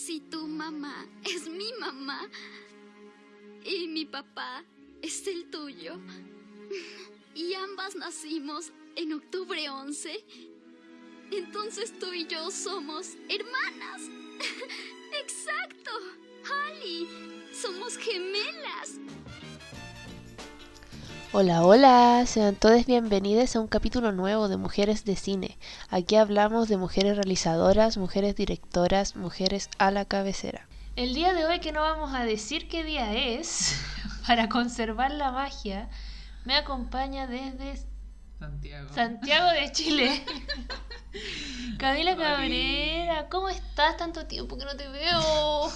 si tu mamá es mi mamá y mi papá es el tuyo, y ambas nacimos en octubre 11, entonces tú y yo somos hermanas. ¡Exacto! ¡Ali! ¡Somos gemelas! Hola, hola, sean todos bienvenidos a un capítulo nuevo de Mujeres de Cine. Aquí hablamos de mujeres realizadoras, mujeres directoras, mujeres a la cabecera. El día de hoy, que no vamos a decir qué día es, para conservar la magia, me acompaña desde Santiago de Chile. Camila Cabrera, ¿cómo estás? Tanto tiempo que no te veo.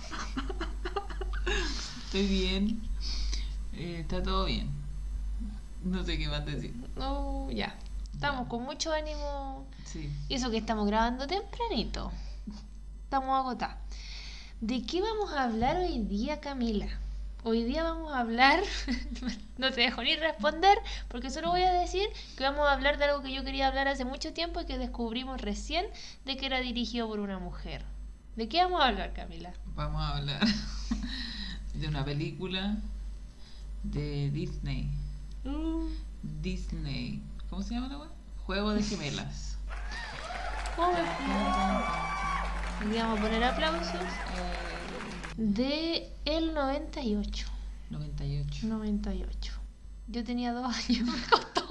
Estoy bien, está todo bien. No sé qué más decir. No, ya. Estamos con mucho ánimo. Sí. Y eso que estamos grabando tempranito. Estamos agotados. ¿De qué vamos a hablar hoy día, Camila? Hoy día vamos a hablar... no te dejo ni responder, porque solo voy a decir que vamos a hablar de algo que yo quería hablar hace mucho tiempo y que descubrimos recién, de que era dirigido por una mujer. ¿De qué vamos a hablar, Camila? Vamos a hablar de una película de Disney. Disney. ¿Cómo se llama la web? Juego de Gemelas. Vamos a poner aplausos. De el 98. 98. Yo tenía 2 años, me costó.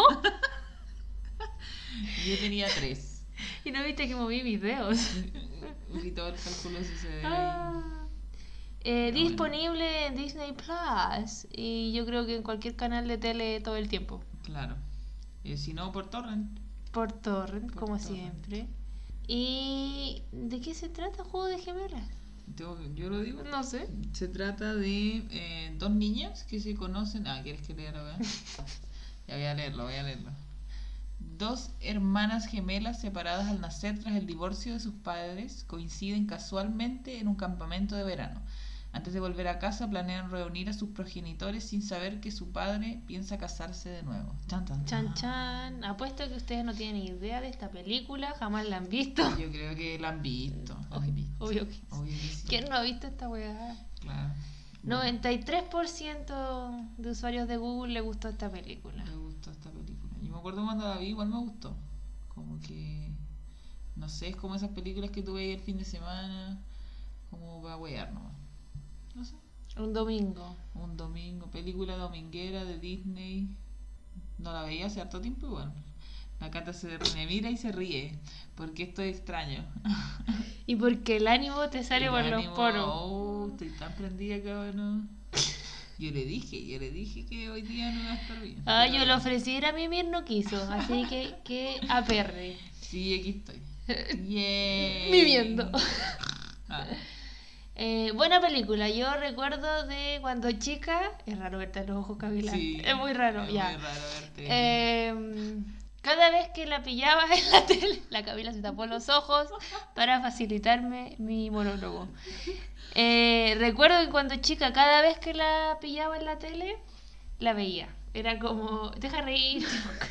Yo tenía 3. Y no viste que moví mis dedos. Y todo el cálculo sucede ahí. Disponible en Disney Plus. Y yo creo que en cualquier canal de tele todo el tiempo. Claro. Si no, por torrent. Por torrent, como siempre. ¿Y de qué se trata Juego de Gemelas? Yo lo digo. No sé. Se trata de 2 niñas que se conocen. ¿Quieres que lea la verdad? Ya voy a leerlo. 2 hermanas gemelas separadas al nacer tras el divorcio de sus padres coinciden casualmente en un campamento de verano. Antes de volver a casa planean reunir a sus progenitores sin saber que su padre piensa casarse de nuevo. Chan chan. Apuesto que ustedes no tienen idea de esta película, jamás la han visto. Yo creo que la han visto. Obvio que sí. ¿Quién no ha visto esta weá? Claro. 93% de usuarios de Google le gustó esta película. Yo me acuerdo cuando la vi, igual me gustó. Como que, no sé, es como esas películas que tú veías el fin de semana, como para wear nomás. No sé. Un domingo, Película dominguera de Disney. No la veía hace harto tiempo igual. La Cata me mira y se ríe, porque esto es extraño. Y porque el ánimo te sale por los poros. Estoy tan prendida, cabrón. Yo le dije que hoy día no iba a estar bien. Yo le ofrecí ir a mimir, no quiso, así que aperre. Sí, aquí estoy. Yeah. Viviendo. Buena película. Yo recuerdo de cuando chica. Es raro verte los ojos, Camila. Sí, es muy raro. Muy raro verte. Cada vez que la pillaba en la tele, la Camila se tapó los ojos para facilitarme mi monólogo. Recuerdo que cuando chica, cada vez que la pillaba en la tele, la veía. Era como, deja reír.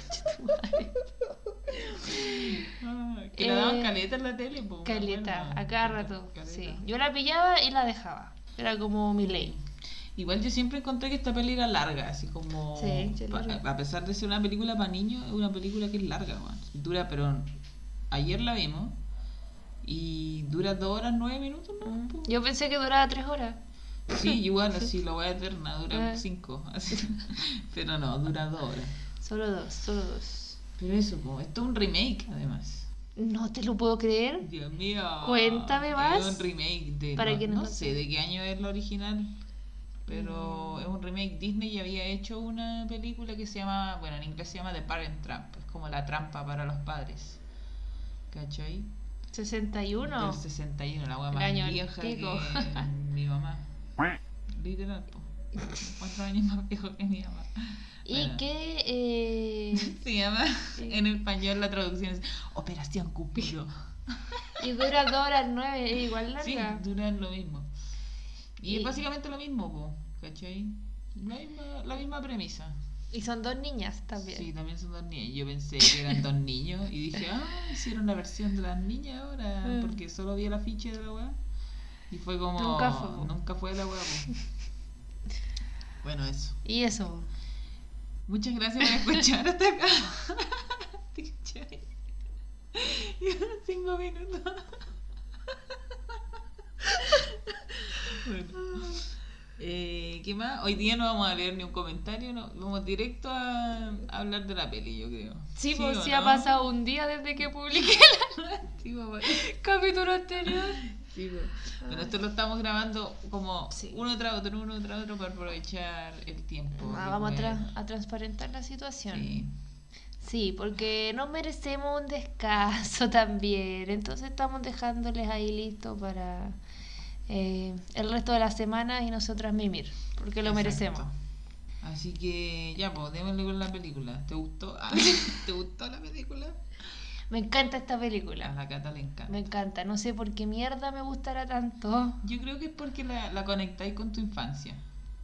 Que la daban caleta en la tele. Caleta, a cada rato. Sí. Yo la pillaba y la dejaba. Era como mi ley. Igual yo siempre encontré que esta peli era larga, así como... Sí, a pesar de ser una película para niños, es una película que es larga, man. Dura, pero ayer la vimos y dura 2 horas 9 minutos, ¿no? Yo pensé que duraba 3 horas. Sí, igual, así, la voy a eterna, dura 5, así. Pero no, dura 2 horas. Solo dos. Pero eso, esto es un remake, además. No te lo puedo creer. Dios mío. Cuéntame más. Es un remake de... Para no sé de qué año es la original. Pero es un remake. Disney ya había hecho una película que se llama, bueno, en inglés se llama The Parent Trap, es como la trampa para los padres. ¿Cachai? 61. Del 61, la hueá más vieja que mi mamá. Literal, 4 años más viejo que mi mamá. ¿Y bueno, qué? Se llama, en español la traducción es Operación Cupido. Y dura 2 horas 9, es igual larga. Sí, duran lo mismo. Y es básicamente lo mismo, ¿cachai? La misma premisa. Y son 2 niñas también. Sí, también son 2 niñas. Yo pensé que eran 2 niños y dije, hicieron la versión de las niñas ahora, porque solo vi el afiche de la weá. Y fue como... Nunca fue la weá, po. Bueno, eso. Y eso. Muchas gracias por escuchar hasta acá. 5 minutos. Bueno. ¿Qué más? Hoy día no vamos a leer ni un comentario, no, vamos directo a hablar de la peli, yo creo. Sí, pues sí, ha pasado un día desde que publiqué el capítulo anterior. Sí, pues. Bueno, esto lo estamos grabando como uno tras otro para aprovechar el tiempo. Vamos a transparentar la situación. Sí, porque nos merecemos un descanso también. Entonces estamos dejándoles ahí listo para el resto de la semana y nosotras mimir, porque lo merecemos. Así que ya, pues, démosle con la película. ¿Te gustó? ¿Te gustó la película? Me encanta esta película. A la Cata le encanta. Me encanta. No sé por qué mierda me gustará tanto. Yo creo que es porque la conectáis con tu infancia.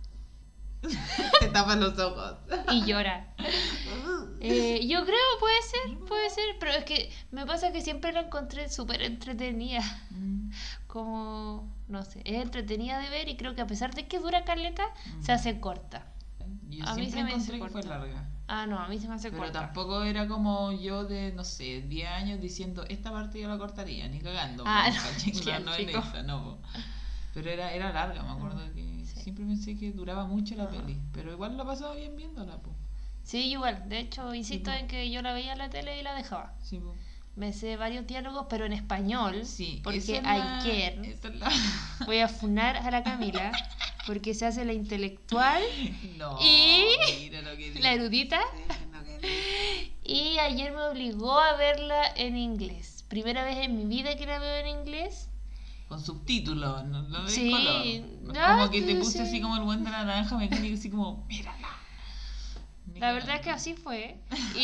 Te tapas los ojos. Y llora. Yo creo, puede ser. Pero es que me pasa que siempre la encontré súper entretenida. Como, no sé, es entretenida de ver y creo que a pesar de que dura caleta, se hace corta. Yo a mí siempre se me encontré hace que fue corta. larga. Ah, no, a mí se me hace pero corta. Tampoco era como yo de, no sé, 10 años diciendo esta parte yo la cortaría, ni cagando. No en esa, no. Pero era larga, me acuerdo que siempre pensé que duraba mucho la peli, pero igual la pasaba bien viéndola, po. Sí, igual, de hecho, insisto en que yo la veía en la tele y la dejaba. Sí, po. Me sé varios diálogos, pero en español, porque ayer voy a funar a la Camila, porque se hace la intelectual y la erudita, y ayer me obligó a verla en inglés. Primera vez en mi vida que la veo en inglés. Con subtítulos, no ves sí, color. Como que te puse así como el buen de la naranja mecánica, así como, mírala. La verdad es que así fue.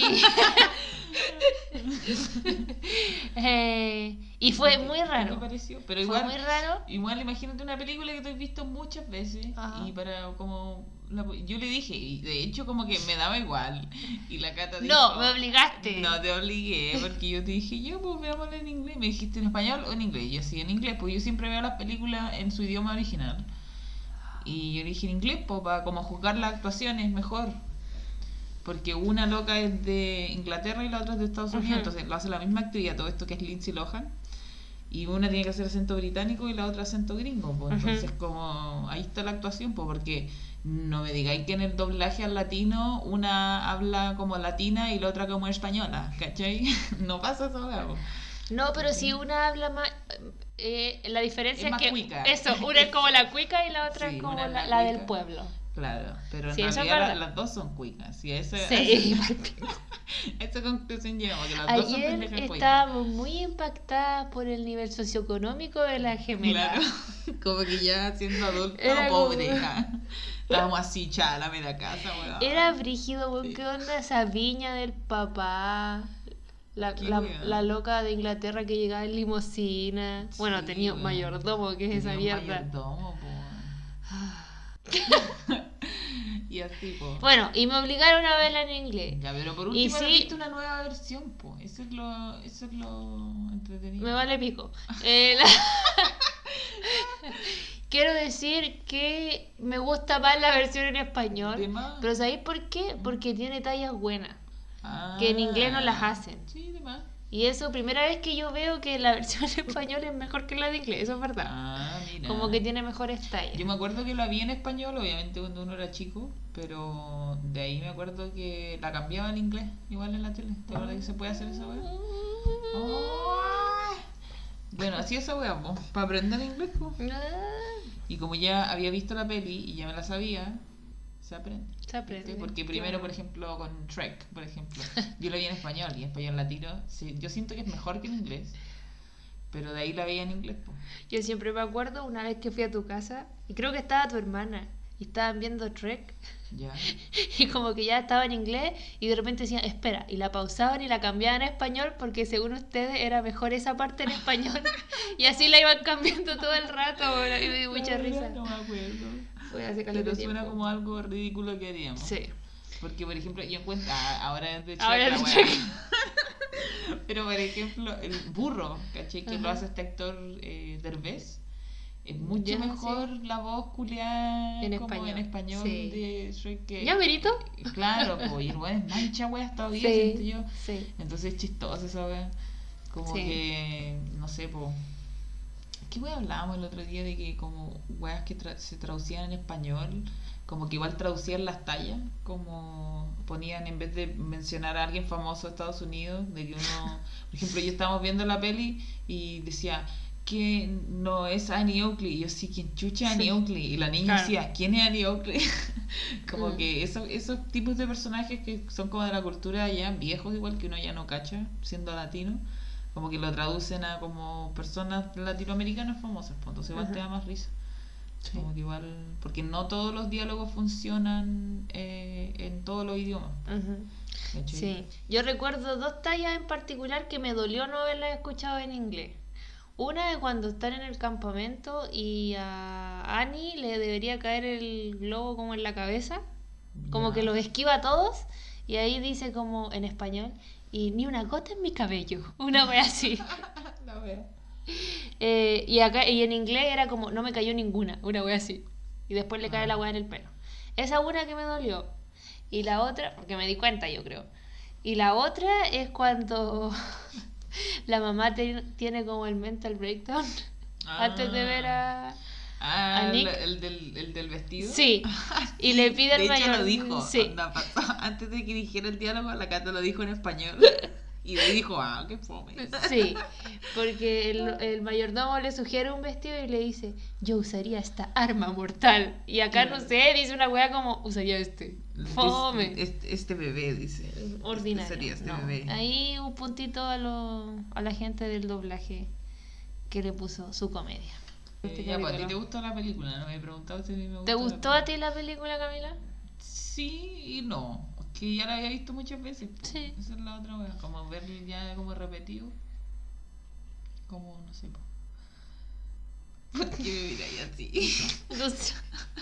Y fue muy raro. ¿Qué te pareció? Pero igual, fue muy raro. Igual imagínate una película que tú has visto muchas veces. Ajá. Y para como yo le dije, y de hecho como que me daba igual. Y la Cata dijo, no, me obligaste. No te obligué, porque yo te dije, pues veámosla en inglés. Me dijiste en español o en inglés. Yo sí, en inglés, pues yo siempre veo las películas en su idioma original. Y yo le dije en inglés, pues para como juzgar las actuaciones mejor. Porque una loca es de Inglaterra y la otra es de Estados Unidos, entonces lo hace la misma actividad, todo esto que es Lindsay Lohan, y una tiene que hacer acento británico y la otra acento gringo, pues. Entonces como ahí está la actuación, pues, porque no me digáis que en el doblaje al latino una habla como latina y la otra como española, ¿cachai? No pasa eso, pues. No, pero si una habla más... la diferencia es que... Cuica. Eso, una es como la cuica y la otra es como la del pueblo. Claro, pero en realidad las dos son cuicas. Y a esa conclusión llegamos, que las dos son pendejas cuicas. Ayer estábamos muy impactadas por el nivel socioeconómico de la gemela. Claro, como que ya siendo adulta pobre. Estábamos así, chala, la casa, weón. Era brígido, weón, ¿qué onda esa viña del papá? La loca de Inglaterra que llegaba en limusina. Sí, bueno, tenía un mayordomo, que es esa mierda. Mayordomo, y así, po. Bueno, y me obligaron a verla en inglés. Ya, pero por último viste una nueva versión, po. Eso es lo entretenido. Me vale pico. Quiero decir que me gusta más la versión en español. Pero ¿sabéis por qué? Porque tiene tallas buenas. Que en inglés no las hacen. Sí, de más. Y eso, primera vez que yo veo que la versión en español es mejor que la de inglés, eso es verdad. Mira. Como que tiene mejores tallas. Yo me acuerdo que la vi en español, obviamente cuando uno era chico, pero de ahí me acuerdo que la cambiaba en inglés, igual en la tele. ¿Te acuerdas que se puede hacer esa weá? Bueno, así esa weá, para aprender inglés, Y como ya había visto la peli y ya me la sabía, se aprende. Porque primero, por ejemplo, con Shrek, por ejemplo, yo la vi en español y en español latino, yo siento que es mejor que en inglés, pero de ahí la veía en inglés, po. Yo siempre me acuerdo una vez que fui a tu casa y creo que estaba tu hermana y estaban viendo Shrek. Ya. Y como que ya estaba en inglés y de repente decían, espera, y la pausaban y la cambiaban a español porque según ustedes era mejor esa parte en español. Y así la iban cambiando todo el rato, y me dio mucha risa. No me acuerdo. Pero suena como algo ridículo que haríamos. Sí. Porque, por ejemplo, yo encuentro... ahora es de Shrek. Pero, por ejemplo, el burro, ¿cachai? Que lo hace este actor Derbez. Es mucho Ya, mejor la voz culiada En como español, en español sí. de Shrek que... ¿Ya, Verito? Claro, pues, y el weón es mancha weas todavía, siento yo. Sí. Entonces es chistoso esa wea. Como Sí. que, no sé, pues... ¿Qué wea hablábamos el otro día de que como weas que se traducían en español, como que igual traducían las tallas, como ponían en vez de mencionar a alguien famoso de Estados Unidos, de que uno, por ejemplo, yo estábamos viendo la peli y decía que no es Annie Oakley, y yo sí, ¿quién chucha es Annie Oakley? Y la niña Claro. decía, ¿quién es Annie Oakley? Como que esos tipos de personajes que son como de la cultura ya viejos, igual que uno ya no cacha, siendo latino, como que lo traducen a como personas latinoamericanas famosas, pues, entonces igual te da más risa. Sí. Como que igual, porque no todos los diálogos funcionan en todos los idiomas. ¿Cachai? Sí, yo recuerdo 2 tallas en particular que me dolió no haberlas escuchado en inglés. Una es cuando están en el campamento y a Annie le debería caer el globo como en la cabeza, como Ya. que los esquiva a todos, y ahí dice como en español, y ni una gota en mi cabello, una wea así. La wea. Y en inglés era como, no me cayó ninguna, una wea así. Y después le cae la wea en el pelo. Esa una que me dolió. Y la otra, porque me di cuenta yo creo. Y la otra es cuando la mamá tiene como el mental breakdown antes de ver a Nick. El del vestido. Sí, y le pide al De hecho mayor. lo dijo. Sí. Onda, pasó, antes de que dijera el diálogo, la Cata lo dijo en español. Y le dijo, qué fome. Sí, porque el mayordomo le sugiere un vestido y le dice, yo usaría esta arma mortal. Y acá no sé, dice una wea como, usaría este. Fome. Este bebé, dice. Ordinario. Este sería este No. bebé. Ahí un puntito a la gente del doblaje que le puso su comedia. Ya, pues, ¿a ti te gustó la película? No me he preguntado si a mí me gustó. ¿Te la gustó película. a ti la película, Camila? Sí y no. Es que ya la había visto muchas veces. Pues. Sí. Esa es la otra wea. Como verlo ya como repetido. Como, no sé. ¿Por qué me miráis así? No sé.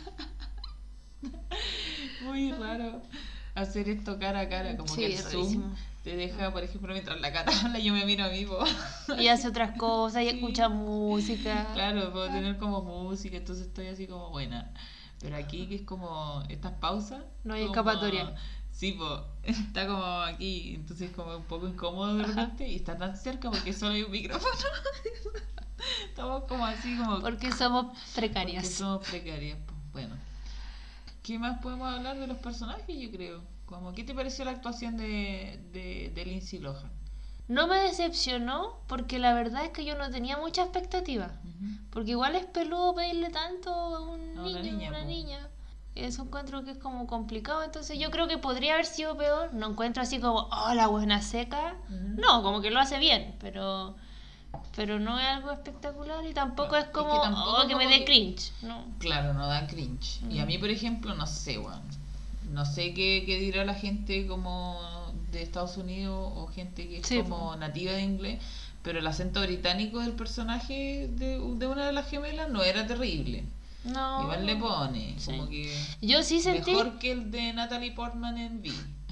Muy raro hacer esto cara a cara. Como Sí, que el es Zoom rarísimo. te deja, por ejemplo, mientras la Cata habla, yo me miro a mí. Po. Y hace otras cosas y Sí. escucha música. Claro, puedo tener como música, entonces estoy así como buena. Pero aquí que es como estas pausas. No hay como- escapatoria. Sí, pues está como aquí, entonces como un poco incómodo de repente y está tan cerca porque solo hay un micrófono. Estamos como así como Porque somos porque precarias. somos precarias. Pues. Bueno, ¿qué más podemos hablar de los personajes? Yo creo. Como, ¿qué te pareció la actuación de Lindsay Lohan? No me decepcionó porque la verdad es que yo no tenía mucha expectativa. Porque igual es peludo pedirle tanto a un A una niño, niña, a una po. niña. Eso encuentro que es como complicado. Entonces yo creo que podría haber sido peor. No encuentro así como, oh, la buena seca. Ujú. No, como que lo hace bien, pero no es algo espectacular y tampoco No, es es que como, tampoco oh, que me como dé que- cringe. No. Claro, no da cringe. Y a mí, por ejemplo, no sé, weón. No sé qué dirá la gente como de Estados Unidos o gente que es Sí, como nativa de inglés, pero el acento británico del personaje de una de las gemelas no era terrible. No. Igual le pone, Sí. como que Yo sí sentí. mejor que el de Natalie Portman en V.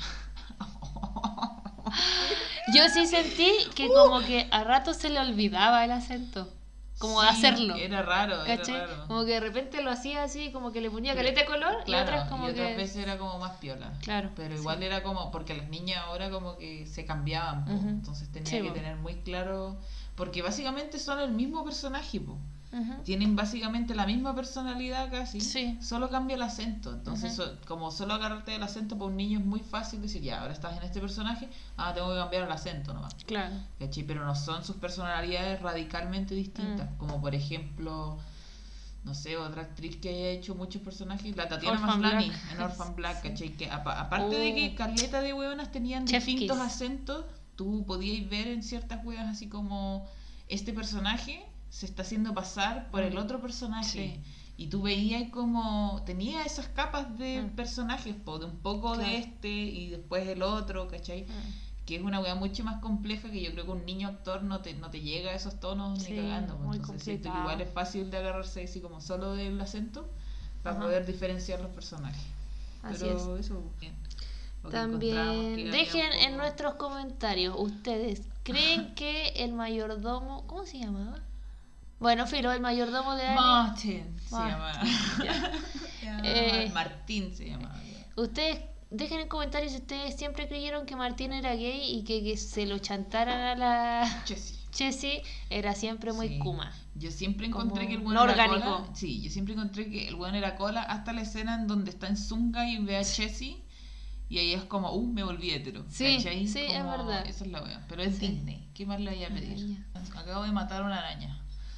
Yo sí sentí que como que a rato se le olvidaba el acento. Como Sí, hacerlo. Era raro, ¿Cachai? era raro. Como que de repente lo hacía así, como que le ponía caleta de color y Claro, otras como y otras que. veces era como más piola. Claro, Pero sí. igual era como, porque las niñas ahora como que se cambiaban, po. Ujú. Entonces tenía Sí, que po. tener muy claro, porque básicamente son el mismo personaje, po. Ujú. Tienen básicamente la misma personalidad casi, Sí. solo cambia el acento. Entonces, Ujú. como solo agarrarte del acento para un niño es muy fácil decir, ya, ahora estás en este personaje, tengo que cambiar el acento nomás. Claro. ¿Cachai? Pero no son sus personalidades radicalmente distintas. Como por ejemplo, no sé, otra actriz que haya hecho muchos personajes, la Tatiana Orphan Maslany Black. en Orphan Black, Sí. ¿cachai? Que aparte de que caleta de hueonas tenían Chef distintos Kiss. acentos, tú podías ver en ciertas huevas así como este personaje se está haciendo pasar por el otro personaje. Sí. Y tú veías como tenía esas capas de Mm. personajes, de un poco Claro. de este y después el otro, ¿cachai? Que es una weá mucho más compleja que yo creo que un niño actor no te llega a esos tonos Sí, ni cagando. muy Entonces siento que complicado. igual es fácil de agarrarse así como solo del acento para Ajá. poder diferenciar los personajes. Así Pero eso bien. Lo que encontramos También que había dejen un en poco- nuestros comentarios, ¿ustedes creen que el mayordomo, ¿cómo se llamaba? Bueno, filo, el mayordomo de Annie. Martin se llamaba. Ya. Martín se llamaba. Ustedes dejen en comentarios si ustedes siempre creyeron que Martín era gay y que se lo chantaran a la Jessie era siempre muy Sí. Kuma. Yo siempre encontré Como que el buen no era orgánico. cola. Sí, yo siempre encontré que el buen era cola hasta la escena en donde está en Zunga y ve a Jessie. Y ahí es como, me volví hetero. Sí, ¿cachai? sí, es Como, verdad. Esa es la wea. Pero es Sí. Disney. ¿Qué más le voy a pedir? Acabo de matar una araña.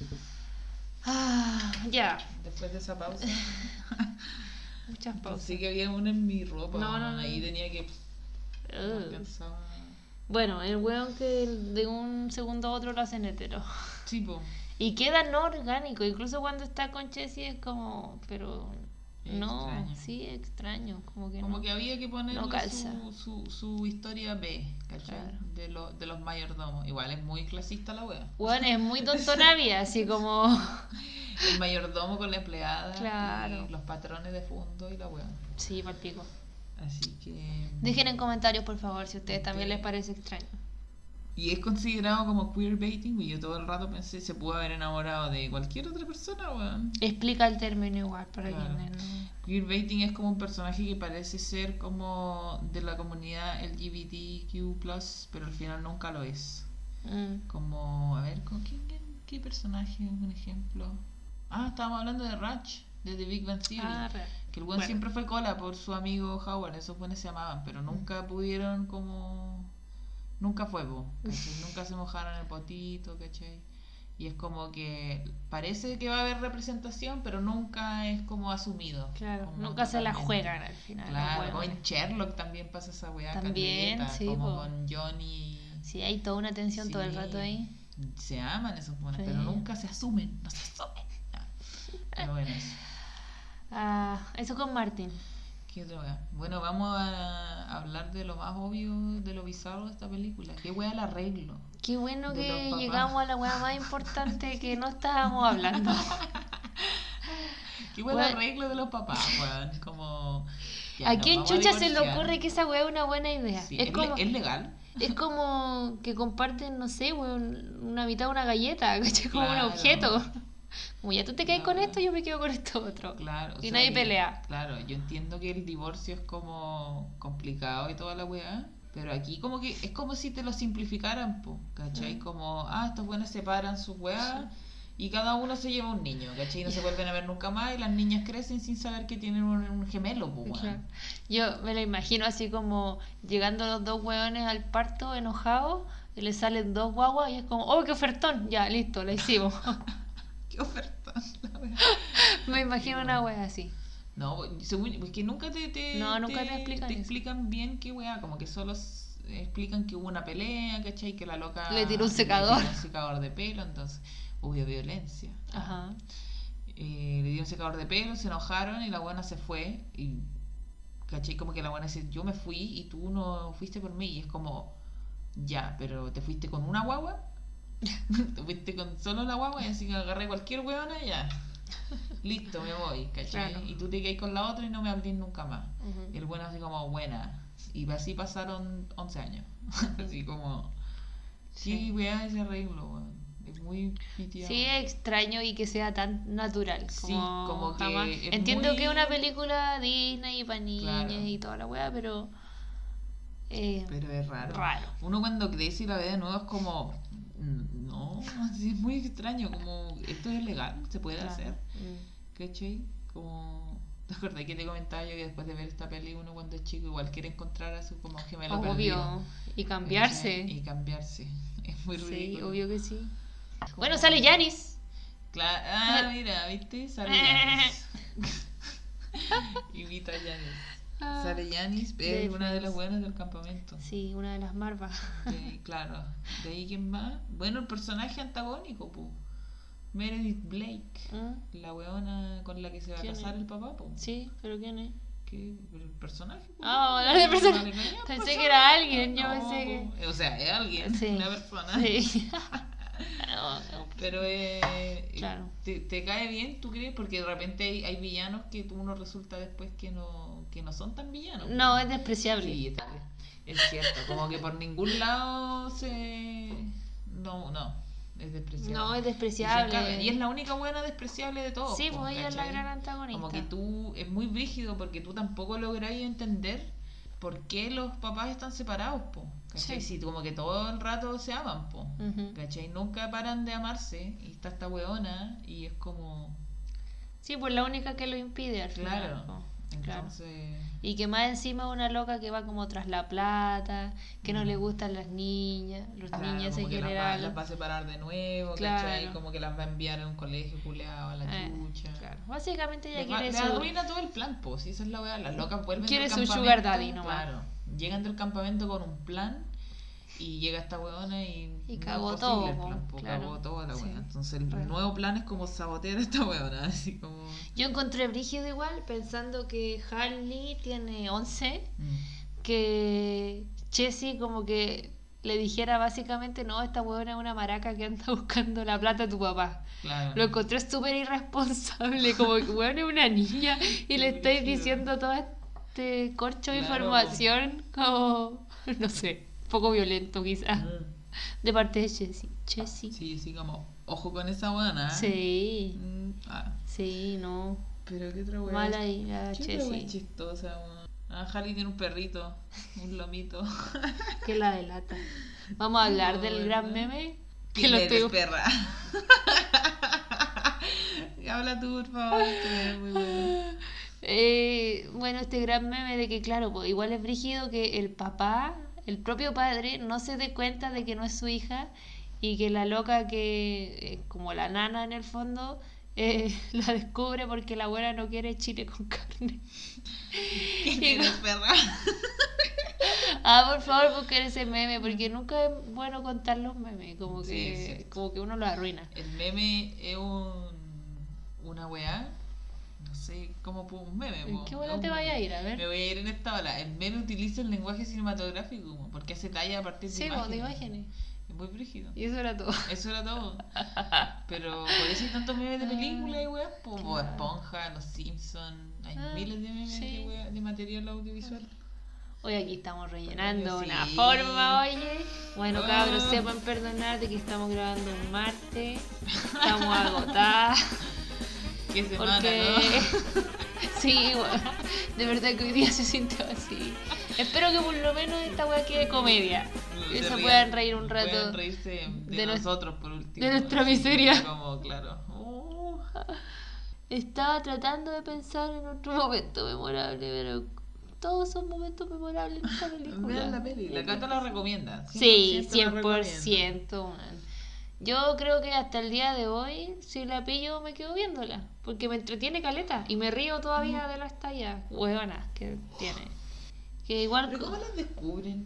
Ya. Después de esa pausa. Muchas pausas. Sí que había una en mi ropa. No. Ahí tenía que. No alcanzaba. Bueno, el weón que de un segundo a otro lo hacen hetero. Sí, po. Y queda no orgánico, incluso cuando está con Jessie es como, pero no, Extraño. sí, extraño, como que Como no. que había que ponerle No calza. su historia B, ¿cachai? Claro. De los mayordomos. Igual es muy clasista la wea. Bueno, es muy tontonavia, así como... El mayordomo con la empleada. Claro. Y los patrones de fondo y la wea. Sí, palpico. Así que. Dejen en comentarios, por favor, si a ustedes también les parece extraño. Y es considerado como queerbaiting, y yo todo el rato pensé, se pudo haber enamorado de cualquier otra persona, weón. Explica el término igual para Claro. quienes no... Queerbaiting es como un personaje que parece ser como de la comunidad LGBTQ+, pero al final nunca lo es. Como, a ver, ¿con qué personaje es un ejemplo? Estábamos hablando de Raj, de The Big Bang Theory. Real. Que el buen siempre fue cola por su amigo Howard, esos buenos se amaban, pero nunca pudieron como... Nunca fue, ¿cachai? Nunca se mojaron el potito, ¿cachai? Y es como que parece que va a haber representación, pero nunca es como asumido. Claro, como nunca se la totalmente. juegan al final. Claro, los o hueones. en Sherlock también pasa esa weá. También, caleta, sí, como po. con Johnny. Sí, hay toda una tensión todo el Sí. rato ahí. Se aman esos buenos, Sí. pero nunca se asumen, no se asumen. Pero bueno, eso. Eso con Martin. ¿Qué otra weá? Bueno, vamos a hablar de lo más obvio, de lo bizarro de esta película. ¿Qué weá el arreglo? Qué bueno De que los papás. llegamos a la weá más importante que no estábamos hablando. ¿Qué weá el Bueno. arreglo de los papás, weón? Como... ya, ¿A nos quién vamos a chucha se le divorciar. ocurre que esa weá es una buena idea? Sí, es como ¿es legal? es como que comparten, no sé, weón, una mitad de una galleta, ¿cachai? Como Claro. un objeto. Como ya tú te quedas con Claro. esto, yo me quedo con esto otro. Claro. o Y sea, nadie pelea. Claro, yo entiendo que el divorcio es como complicado y toda la weá, pero aquí como que es como si te lo simplificaran, po, ¿cachai? Como, estos buenos separan sus weá y cada uno se lleva un niño, ¿cachai? Y no se vuelven a ver nunca más y las niñas crecen sin saber que tienen un gemelo, po, weón. Claro. Yo me lo imagino así como llegando los dos weones al parto enojados y le salen dos guaguas y es como, ¡oh, qué ofertón! Ya, listo, la hicimos. Qué oferta, la weá. Me imagino una wea así. No, según, es que nunca No, nunca te explican te eso. explican bien qué weá, como que solo explican que hubo una pelea, ¿cachai? Que la loca Le tiró un secador. le tiró un secador de pelo, entonces hubo violencia. Ajá. Le dio un secador de pelo, se enojaron y la buena se fue. Y, ¿cachai? Como que la buena dice, yo me fui y tú no fuiste por mí. Y es como, ya, pero ¿te fuiste con una guagua? ¿Te fuiste con solo la guagua? Y así que agarré cualquier huevona y ya. Listo, me voy, ¿cachai? Claro. Y tú te quedas con la otra y no me hablís nunca más. Ujú. Y el bueno así como, buena. Y así pasaron 11 años. Así como, Sí. ¿qué weá ese arreglo, weón? Es muy piteado. Sí, es extraño y que sea tan natural. Sí, Como, como que jamás. es Entiendo muy- que es una película Disney y para niñas Claro. y toda la wea, pero. Pero es raro. Raro. Uno cuando crece y la ve de nuevo es como, no, así es muy extraño. Como, esto es legal, se puede Claro. hacer. Mm. ¿Cachai? Como, ¿te acordás que te comentaba yo que después de ver esta peli uno cuando es chico igual quiere encontrar a su como gemelo Obvio. perdido? Y cambiarse. ¿Cachai? Y cambiarse. Es muy Sí, ridículo. obvio que sí. Como- Bueno, sale Janis. Mira, ¿viste? Sale Yanis. Invita a Yanis. Sale Yanis, de es una de las Friends. buenas del campamento. Sí, una de las Marvas. Claro. De ahí quién va. Bueno, el personaje antagónico, pu. Meredith Blake. ¿Mm? La weona con la que se va a ¿Quién casar es? el papá, pu. Sí, pero ¿quién es? Pero el personaje, pu. La de persona. No le engañé, Pensé persona. que era alguien, yo No, pensé que. pu. O sea, es alguien, Sí. una persona. Sí. Pero Claro. ¿te cae bien, tú crees? Porque de repente hay villanos que uno resulta después que no son tan villanos. No, es despreciable. Sí, es cierto. Como que por ningún lado se... No. es despreciable. No, es Y, despreciable. y es la única buena despreciable de todos. Sí, pues ella es la ¿cachai? gran antagonista. Como que tú, es muy brígido porque tú tampoco lográis entender por qué los papás están separados, po, ¿cachai? Sí. Si como que todo el rato se aman, po, Ujú. ¿cachai? Nunca paran de amarse y está esta weona y es como... Sí, pues la única que lo impide al final. Claro, Po. Claro. entonces... Y que más encima es una loca que va como tras la plata, que no le gustan las niñas, los Claro, niños como en que general. las va a separar de nuevo, Claro. ¿cachai? Como que las va a enviar a un colegio culeado a la chucha. Claro. Básicamente ella Le quiere le su... arruina todo el plan, pues, si esa es la weá. Las locas vuelven Quiere del su campamento. sugar daddy nomás. Claro, llegan del campamento con un plan y llega esta weona y no cagó es posible todo, el po, plan, po, claro. cagó toda la Sí. weá. Entonces el Bueno. nuevo plan es como sabotear a esta weona, así como... Yo encontré brígido igual pensando que Harley tiene 11, Mm. que Jessie como que le dijera básicamente, no, esta huevona es una maraca que anda buscando la plata de tu papá. Claro. Lo encontré súper irresponsable, como que huevona es una niña y le estáis Brígido. diciendo todo este corcho de Claro. información como, no sé, poco violento quizás, Mm. de parte de Jessie. Jessie. Sí, así como, ojo con esa weona. Sí, Ah, sí, no. pero qué otra weá. Mala ahí, la ¿Qué otra weá Jessie. chistosa, weón? Ah, Harley tiene un perrito, un lomito. Que la delata. Vamos a hablar No, del gran ¿verdad? meme. Que ¿Quién lo eres, estoy... perra? Habla tú, por favor, que es muy bueno. Bueno, este gran meme de que, claro, pues igual es brígido que el papá, el propio padre, no se dé cuenta de que no es su hija y que la loca que, como la nana en el fondo, la descubre porque la abuela no quiere chile con carne. ¿Quién Y eres, perra? por favor, busquen ese meme, porque nunca es bueno contar los memes, como Sí, que, es cierto. como que uno lo arruina. El meme es una weá. No sé cómo puedo un meme. ¿En po. qué Es bola un te meme. vaya a ir? A ver. Me voy a ir en esta ola. El meme utiliza el lenguaje cinematográfico po, porque hace talla a partir de Sí, imágenes. de imágenes. Es muy brígido. Y eso era todo. Eso era todo. Pero por eso hay tantos memes de películas y weas, po, Bob Claro. Esponja, Los Simpsons, hay miles de memes sí. de, de material audiovisual. Hoy aquí estamos rellenando Sí. una forma, oye. Bueno, cabros, Ah. sepan perdonar de que estamos grabando un martes. Estamos agotadas. Qué semana, Porque. ¿no? Sí, bueno, de verdad que hoy día se sintió así. Espero que por lo menos esta weá quede comedia. Que Se se rían, puedan reír un rato. Puedan reírse de de nosotros por último. de nuestra así, miseria. Como, claro. Estaba tratando de pensar en otro momento memorable, pero todos son momentos memorables en esta película. Vean la peli, la Cata la recomienda. Sí, 100% la recomienda. 100%. Man. Yo creo que hasta el día de hoy, si la pillo, me quedo viéndola. Porque me entretiene caleta. Y me río todavía de las tallas huevonas que tiene. Que igual. ¿Pero cómo las descubren?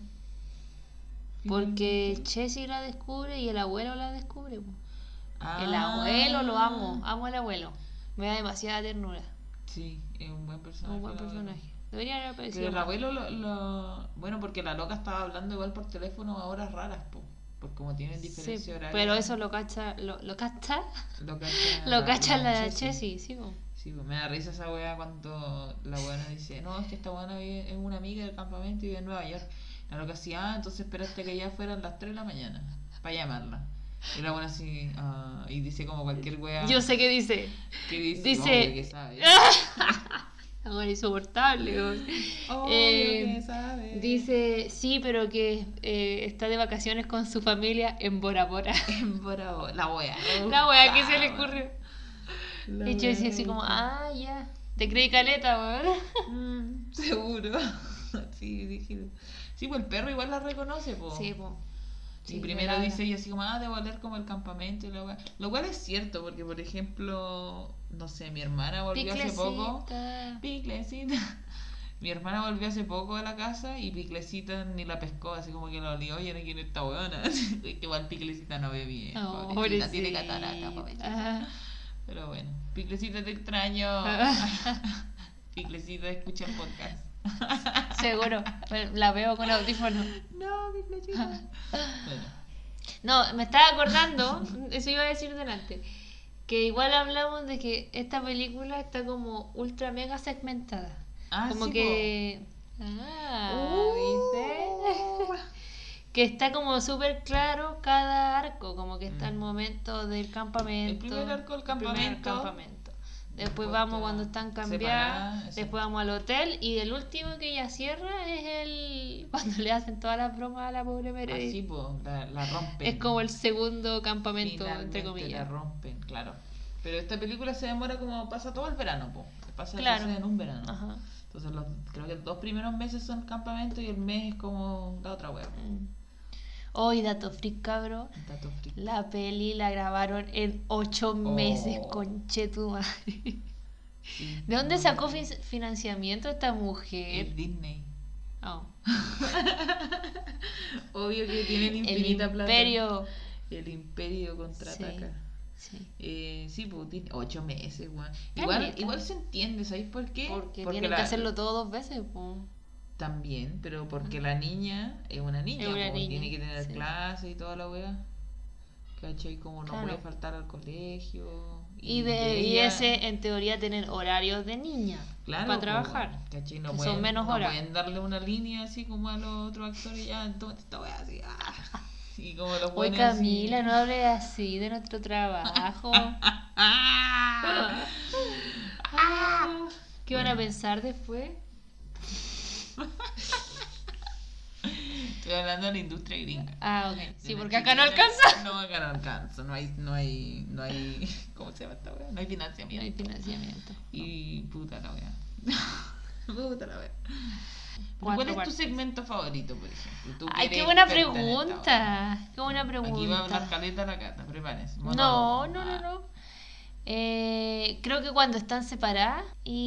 Porque Finalmente. Jessie la descubre y el abuelo la descubre. Po. Ah. El abuelo lo amo. Amo al abuelo. Me da demasiada ternura. Sí, es un buen personaje. Un buen el abuelo. personaje. Debería haber aparecido. Pero el más. abuelo Bueno, porque la loca estaba hablando igual por teléfono a horas raras, po. Porque como tienen Sí, diferencia horaria. pero eso lo cacha. ¿Lo cacha? Lo cacha, Lo cacha la Jessie. Jessie, sí. Po. Sí, pues me da risa esa wea cuando la weona dice, no, es que esta weona es una amiga del campamento y vive en Nueva York. La loca así, entonces esperaste que ya fueran las 3 de la mañana para llamarla. Y la buena así, y dice como cualquier wea Yo sé qué dice. que dice, dice- obvio que sabe. Ahora insoportable. weón. Obvio que sabe. Dice, sí, pero que está de vacaciones con su familia en Bora Bora. En Bora Bora, la wea. La wea que se le rebuscada, ocurrió. la Y yo decía así wea como, rebuscada. ya. Te creí caleta, weón. Seguro. Sí, rígido. Sí, pues el perro igual la reconoce, po. Sí, po. Y Sí, primero me la dice ella así como, debo oler como el campamento y la weá. Lo cual es cierto, porque por ejemplo, no sé, mi hermana volvió hace poco. Piclecita. Piclecita. Mi hermana volvió hace poco a la casa y Piclecita ni la pescó, así como que la olió y era quien esta weona. Que igual Piclecita no ve bien. Oh, pobrecita, tiene pobrecita. catarata, pobrecita. Ajá. Pero bueno, Piclecita te extraño. Piclecita escucha el podcast. Seguro. Bueno, la veo con audífono. No, Piclecita. Bueno. No, me estaba acordando, eso iba a decir delante, que igual hablamos de que esta película está como ultra mega segmentada. Como Sí, que... po. ¿viste? que está como súper claro cada arco, como que está el momento del campamento. El primer arco del campamento. Después vamos cuando están cambiadas, después vamos al hotel y el último que ella cierra es el cuando le hacen todas las bromas a la pobre Meredith. Así, pues, la rompen. Es como el segundo campamento, Finalmente entre comillas. La rompen, claro. Pero esta película se demora como pasa todo el verano, pues. Pasa en un verano. Ajá. Entonces creo que los 2 primeros meses son campamento y el mes es como la otra wea. Hoy, dato freak, cabro. Dato freak. La peli la grabaron en 8 meses, conchetumare. Sí. ¿De dónde sacó financiamiento esta mujer? El Disney. Oh. Obvio que tienen infinita plata. El imperio contraataca. Sí, pues 8 meses, weón. Igual se entiende, ¿sabéis por qué? Porque tienen que hacerlo todo 2 veces, pues. También, pero porque la niña es una niña, tiene que tener clase y toda la wea. ¿Cachai? Como no puede faltar al colegio. Y ese, en teoría, tener horarios de niña para trabajar. ¿Cachai? No son menos horas. No pueden darle una línea así como a los otros actores, ya, tómate esta wea así. Y como los Oye, Camila, no hables así de nuestro trabajo. ¿Qué van a pensar después? Estoy hablando de la industria gringa. Ok. Sí, porque acá no alcanza. No, acá no alcanza. No hay ¿cómo se llama esta wea? No hay financiamiento. Y puta la wea. Puta la wea. ¿Cuál es tu segmento favorito, por ejemplo? Ay, qué buena pregunta. Qué buena pregunta. Aquí va a hablar caleta la Cata, prepárense. No. Creo que cuando están separadas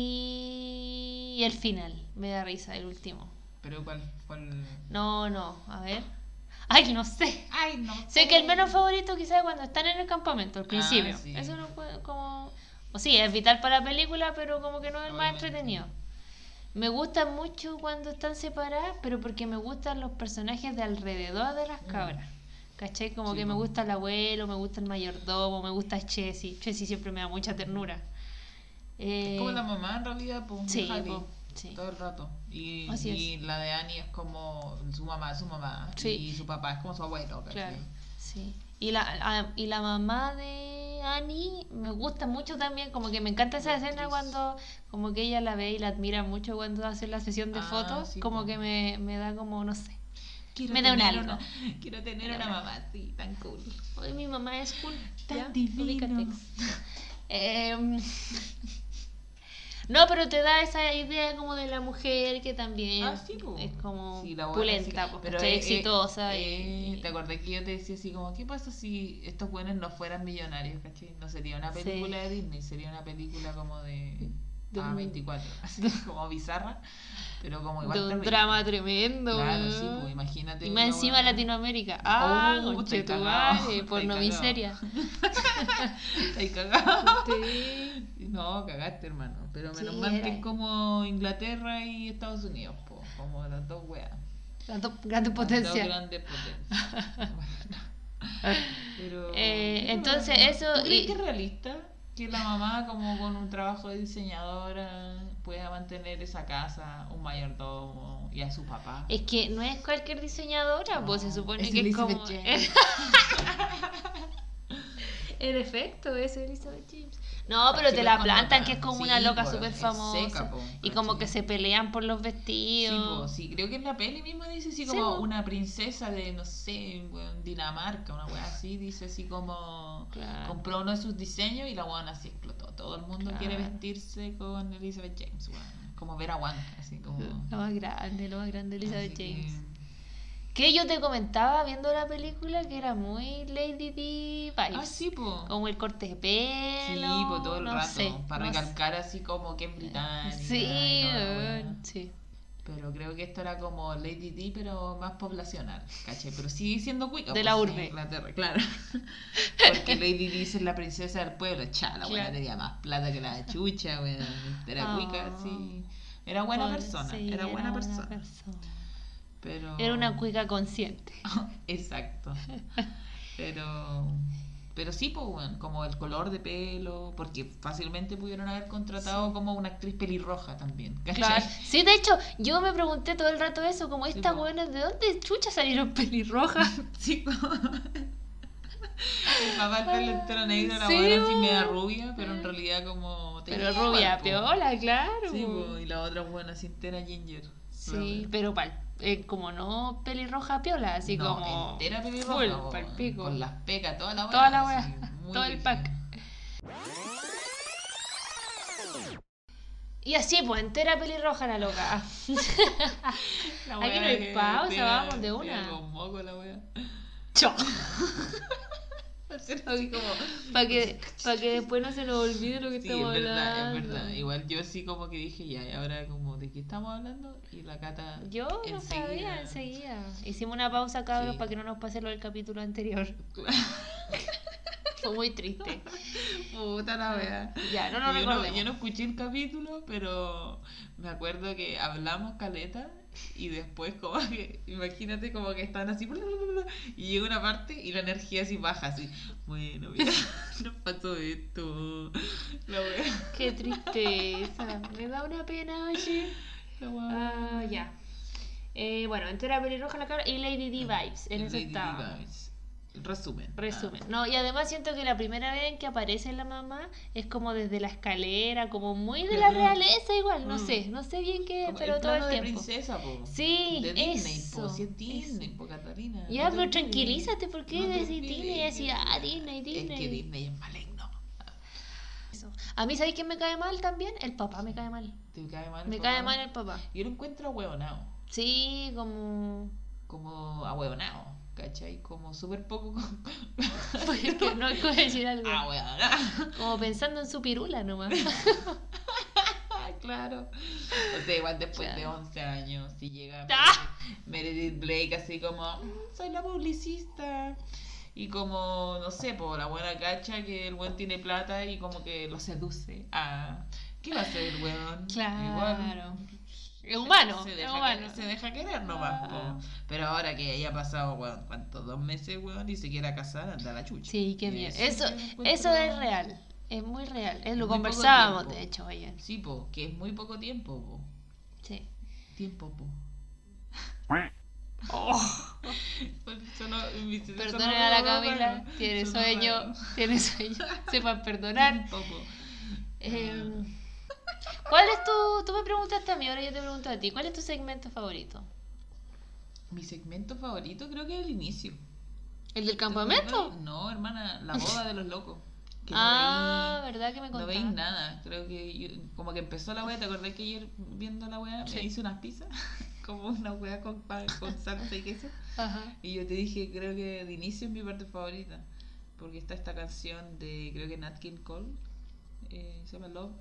y el final. Me da risa, el último. ¿Pero cuál? No, a ver. Ay, no sé. Sé que el menos favorito quizás es cuando están en el campamento, al principio. Sí. Eso no puede, como... O sí, es vital para la película, pero como que no es el más entretenido. Me gusta mucho cuando están separadas, pero porque me gustan los personajes de alrededor de las cabras. ¿Cachai? Como que me gusta el abuelo, me gusta el mayordomo, me gusta Chessy. Chessy siempre me da mucha ternura. Es como la mamá en realidad, pues. Sí, todo el rato. Y la de Annie es como su mamá, y su papá es como su abuelo. ¿cachai? Claro, sí. Y la mamá de Annie me gusta mucho también, como que me encanta esa escena cuando como que ella la ve y la admira mucho cuando hace la sesión de fotos, como que me da como, no sé, me da un algo. Quiero tener una mamá así, tan cool. Hoy mi mamá es cool. Tan divino. No, pero te da esa idea como de la mujer que también es como pulenta, pero exitosa. ¿Te acordás que yo te decía así como, qué pasa si estos buenos no fueran millonarios? ¿Cachai? No sería una película de Disney, sería una película como de A24, así como bizarra, pero como igual de un drama tremendo. Claro, sí, pues imagínate. Y más encima Latinoamérica. Conchetumare, pornomiseria. Estáis cagado. No, cagaste, hermano. Pero menos mal que es como Inglaterra y Estados Unidos, po, como las dos weas. Las dos grandes potencias. Las dos grandes potencias. Pero, entonces eso... ¿Tú crees que es realista? Que la mamá, como con un trabajo de diseñadora, pueda mantener esa casa, un mayordomo y a su papá. Es que no es cualquier diseñadora, pues se supone que es como... En efecto, es Elizabeth James. No, pero te la plantan que es como una loca súper famosa. Seca, y como que se pelean por los vestidos. Sí, creo que en la peli misma dice así como una princesa de, no sé, Dinamarca, una wea así. Dice así como compró uno de sus diseños y la wea así explotó. Todo el mundo quiere vestirse con Elizabeth James, como Vera Wang, así como... Lo más grande Elizabeth James. Que yo te comentaba viendo la película que era muy Lady Di vibes. Sí, po. Como el corte de pelo. Sí, po, todo el rato. Para recalcar así como que es británica. Sí. Pero creo que esto era como Lady Di, pero más poblacional, ¿cachai? Pero sigue siendo cuica. De la urbe. Inglaterra, claro. Porque Lady Di es la princesa del pueblo. La buena tenía más plata que la chucha, bueno, era cuica, sí. Era buena persona, era buena persona. Pero... Era una cuica consciente. Exacto. Pero Pero sí, pues, bueno, como el color de pelo, porque fácilmente pudieron haber contratado como una actriz pelirroja también, ¿cachai? Claro. Sí, de hecho, yo me pregunté todo el rato eso, como Sí, estas po. buenas, ¿de dónde chucha salieron pelirrojas? Sí, como... El papá el pelo entero negro, la Sí, buena así po. media rubia, pero en realidad como... Pero tenía rubia, igual, po. piola, claro. Sí, po, y la otra buena así entera ginger. Sí, pero como no pelirroja piola, así no, como entera pelirroja, full, po, pa'l pico. con las pecas, toda la Toda la wea, wea, así, muy todo el brígida. pack. Y así, pues, entera pelirroja la loca. La Aquí wea no hay que pausa, tira- vamos de tira una. con moco la wea. Chao. Así como... Para que después no se nos olvide lo que Sí, estamos es verdad, hablando. es verdad. Igual yo sí como que dije ya, y ahora como de qué estamos hablando, y la Cata Yo no sabía enseguida. Hicimos una pausa, cabros, Sí. para que no nos pase lo del capítulo anterior. Fue muy triste. Puta la wea. Ya, no nos yo recordemos. yo no escuché el capítulo, pero me acuerdo que hablamos caleta y después como que, imagínate como que están así y llega una parte y la energía así baja, así, bueno, mira, nos pasó esto, la wea. Qué tristeza. Me da una pena, oye. La wea. Ah, ya. Bueno, entera pelirroja la cara y Lady D Vibes. En eso Lady Di estaba. Vibes. Resumen. Resumen. No, y además siento que la primera vez en que aparece la mamá es como desde la escalera, como muy de la realeza igual, no sé bien qué, Como pero el todo el plano de tiempo. princesa, po. Sí, De Disney, eso, po. Si es Disney, eso. po, Catalina. Ya, No te pero olvides. tranquilízate, ¿por qué No te decís olvides Disney? Y decía, que- Disney. Es que Disney es maligno. Eso. A mí, ¿sabéis quién me cae mal también? El papá me cae mal. ¿Te cae mal el Me papá? cae mal el papá. Yo lo encuentro ahueonado. Sí, como... Como ahueonado, ¿cachai? Como súper poco... Porque no es como decir algo. Ahueonado. Como pensando en su pirula nomás. Claro. O sea, igual después de Claro. 11 años, si llega ¡Ah! Meredith Blake así como, soy la publicista. Y como, no sé, por la buena cacha que el buen tiene plata y como que lo seduce a... ¿Qué va a hacer el weón? Claro. Igual, Es humano, se es deja, humano. se deja querer nomás, Claro. po. Pero ahora que haya pasado, weón, ¿cuántos? 2 meses, weón, y se quiera casar, anda a la chucha. Sí, qué Y bien. eso Eso, yo lo encuentro- eso es real. Es muy real. Lo Muy poco conversábamos, tiempo. de hecho, ayer. Sí, po, que es muy poco tiempo, po. Sí. Tiempo, po. Oh. Por eso no- mi cerebro Perdonen no- a la no- Camila. no- Tiene no- sueño. no- Tiene sueño. Sepan perdonar. Tiempo, po. ¿Cuál es tu... Tú me preguntaste a mí, ahora yo te pregunto a ti. ¿Cuál es tu segmento favorito? Mi segmento favorito creo que es el inicio. ¿El del ¿Te campamento? acuerdas? No, hermana, la boda de los locos. Que Ah, no veí- ¿verdad que me no contaste? veis nada. Creo que como que empezó la wea. ¿Te acordás que ayer viendo la wea Sí. me hice unas pizzas? Como una wea con pan, con salsa y queso. Ajá. Y yo te dije, creo que de inicio es mi parte favorita. Porque está esta canción de, creo que Nat King Cole. Se llama Love.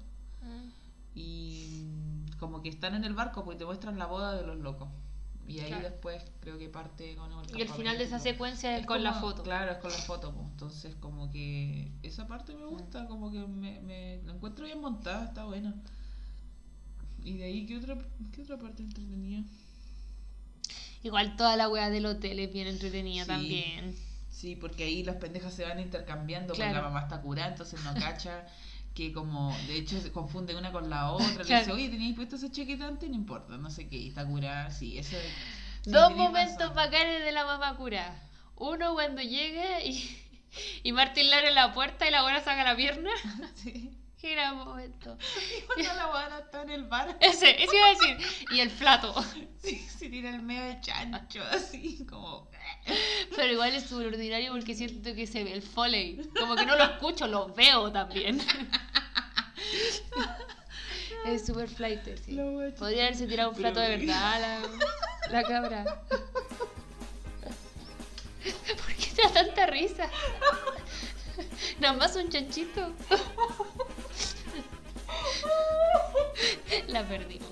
Y como que están en el barco porque te muestran la boda de los locos. Y ahí Claro. después creo que parte con Y el final de esa secuencia es con la foto. Claro, es con la foto. Pues. Entonces como que esa parte me gusta, como que me la encuentro bien montada, está buena. Y de ahí, ¿qué otra parte entretenida? Igual toda la weá del hotel es bien entretenida Sí. también. Sí, porque ahí las pendejas se van intercambiando, Claro. porque la mamá está curada, entonces no cacha que como, de hecho se confunde una con la otra, le Claro. dice, oye, ¿tenías puesto ese chaqueta antes? No importa, no sé qué, y está curada, sí, eso es... sí, Dos tenés momentos razón. bacanes de la mamá cura. Uno cuando llega y Martín le abre la puerta y la buena saca la pierna. Sí. Qué gran momento. Y cuando la buena está en el bar, Ese iba a decir. Y el plato. sí, se tira el medio de chancho, así, como... Pero igual es súper ordinario porque siento que se ve el foley. Como que no lo escucho, lo veo también. Es súper flighter, sí. La wea Podría haberse tirado un Pero plato de sí. verdad la cabra. ¿Por qué te da tanta risa? Nada más un chanchito. La perdimos.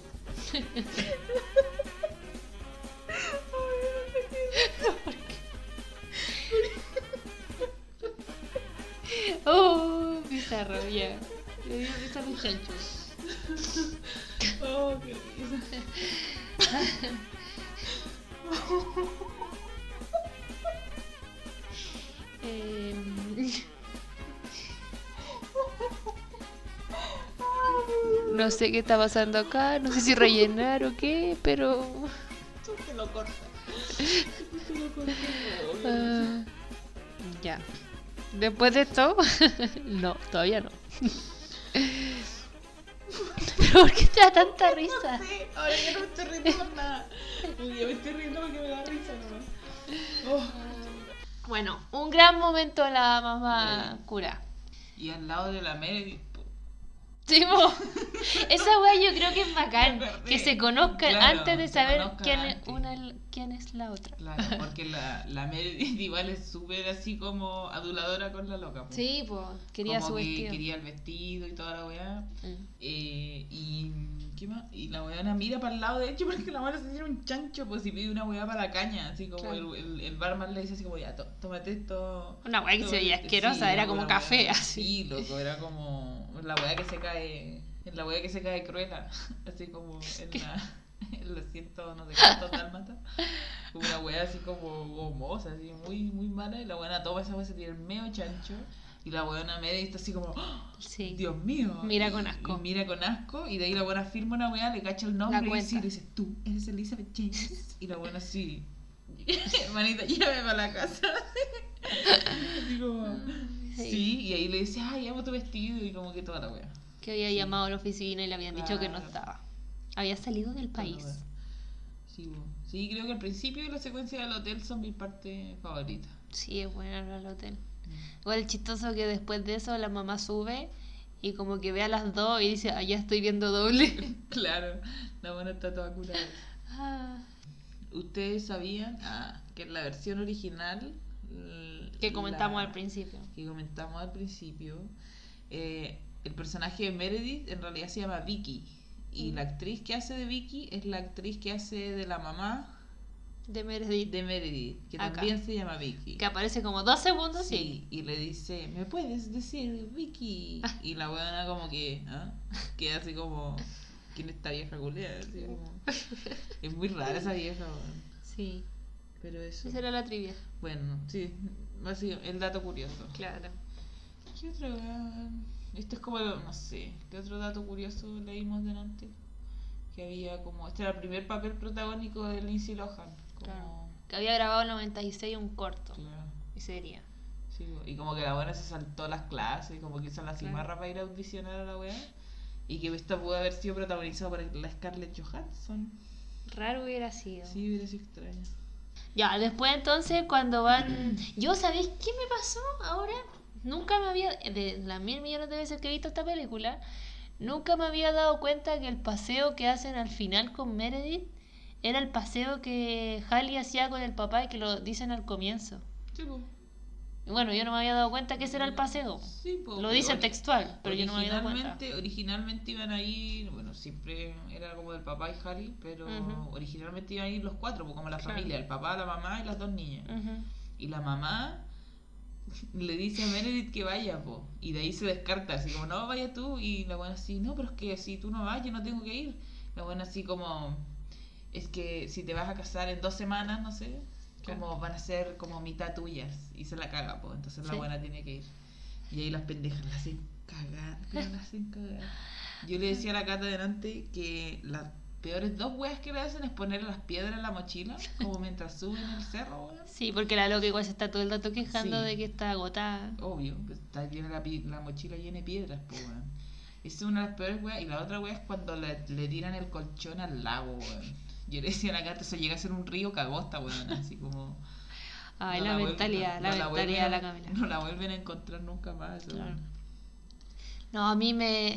Oh, bizarro, ya. Le dio risa a los chanchos. Oh, qué risa. Eh, No sé qué está pasando acá, no sé si rellenar o qué, pero... Tú te lo cortas. Ya. Después de esto... No, todavía no. ¿Pero por qué te da tanta risa? No sé, ahora ya no me estoy riendo por nada. Un día me estoy riendo porque me da risa nomás. Bueno, un gran momento la mamá cura. Y al lado de la Meredith, po. Sí, po. Esa wea yo creo que es bacán. Me acordé. Que se conozcan Claro, antes de se saber conozcan quién antes. quién es la otra. Claro, porque la Meredith igual es súper así como aduladora con la loca, po. Sí, pues, quería como su que vestido. quería el vestido y toda la weá. Mm. Y ¿qué más? Y la weona mira para el lado, de hecho, porque la weona se tiene un chancho, pues si pide una weá para la caña, así como Claro. el barman le dice así como, ya, tómate esto. Una weá que se veía tómate- asquerosa, era una como weá- café, así. Sí, loco, era como la weá que se cae, la weá que se cae cruela, así como en los ciento no sé cuántos dálmatas. Como una weá así como gomosa, así muy, muy mala, y la weona toma esa weá, se tiene el medio chancho. Y la weona media está así como, ¡oh! Sí. Dios mío. Mira con asco. Y mira con asco. Y de ahí la buena firma una weá, le cacha el La nombre y cuenta. sí, le dice, tú eres Elizabeth James. Y la buena sí. Hermanita, llévame para la casa. Así como, sí. Y ahí le dice, ay, amo tu vestido. Y como que toda la weá. Que había llamado a la oficina y le habían dicho que no Claro. estaba. Había salido del Toda la país. weá. Sí, bo. Sí, creo que al principio y la secuencia del hotel son mi parte favorita. Sí, es buena el hotel. Igual es chistoso que después de eso la mamá sube y como que ve a las dos y dice, ah, ya estoy viendo doble. Claro, la buena está toda curada. Ah, ¿Ustedes sabían que en la versión original que comentamos la- al principio. que comentamos al principio, el personaje de Meredith en realidad se llama Vicky y la actriz que hace de Vicky es la actriz que hace de la mamá De Meredith. de Meredith, que Acá. también se llama Vicky. Que aparece como 2 segundos, sí. Sí, y le dice, ¿me puedes decir Vicky? Y la buena como que, queda así como, ¿quién es esta vieja culiada? Así como, es muy rara esa vieja, weón. Sí. Pero eso. Esa era la trivia. Bueno, sí, básicamente, el dato curioso. Claro. ¿Qué otro? Esto es como, no sé, ¿qué otro dato curioso leímos delante? Que había como, este era el primer papel protagónico de Lindsay Lohan. Como, Claro. Que había grabado en el 96 un corto. claro, Y sería. sí, y como que la buena se saltó las clases, como que hizo la cimarra Claro. para ir a audicionar a la weá. Y que esta pudo haber sido protagonizada por la Scarlett Johansson. Raro hubiera sido. Sí, hubiera sido extraño. Ya, después entonces cuando van... Yo, ¿sabéis qué me pasó ahora? Nunca me había... De las 1000 millones de veces que he visto esta película, nunca me había dado cuenta que el paseo que hacen al final con Meredith era el paseo que Hallie hacía con el papá y que lo dicen al comienzo. Sí, po. Y bueno, yo no me había dado cuenta que ese era el paseo. Sí, po, Lo pero dicen textual, pero yo no me había dado cuenta. Originalmente iban a ir, bueno, siempre era como del papá y Harry, pero Ujú. originalmente iban a ir los cuatro, pues, como la Claro. familia, el papá, la mamá y las dos niñas. Ujú. Y la mamá le dice a Meredith que vaya, po, y de ahí se descarta, así como, no, vaya tú, y la buena así, no, pero es que si tú no vas, yo no tengo que ir. La buena así como, es que si te vas a casar en 2 semanas, no sé, Claro. como van a ser como mitad tuyas, y se la caga, pues, entonces la Sí. buena tiene que ir. Y ahí las pendejas la hacen cagar, pero la hacen cagar. Yo le decía a la Cata delante que las peores 2 weas que le hacen es ponerle las piedras en la mochila, como mientras suben el cerro, weón. Sí, porque la loca igual se está todo el rato quejando Sí. de que está agotada. Obvio, pues, está llena la mochila llena de piedras, pues, weón. Esa es una de las peores weas. Y la otra wea es cuando le tiran el colchón al lago, weón. Yo le decía a la Cata, eso llega a ser un río cagosta, weón. Así como. Ay, no la vuelven- mentalidad, no la mentalidad de vuelven la a- Camila. No la vuelven a encontrar nunca más. eso, Claro. weón. No, a mí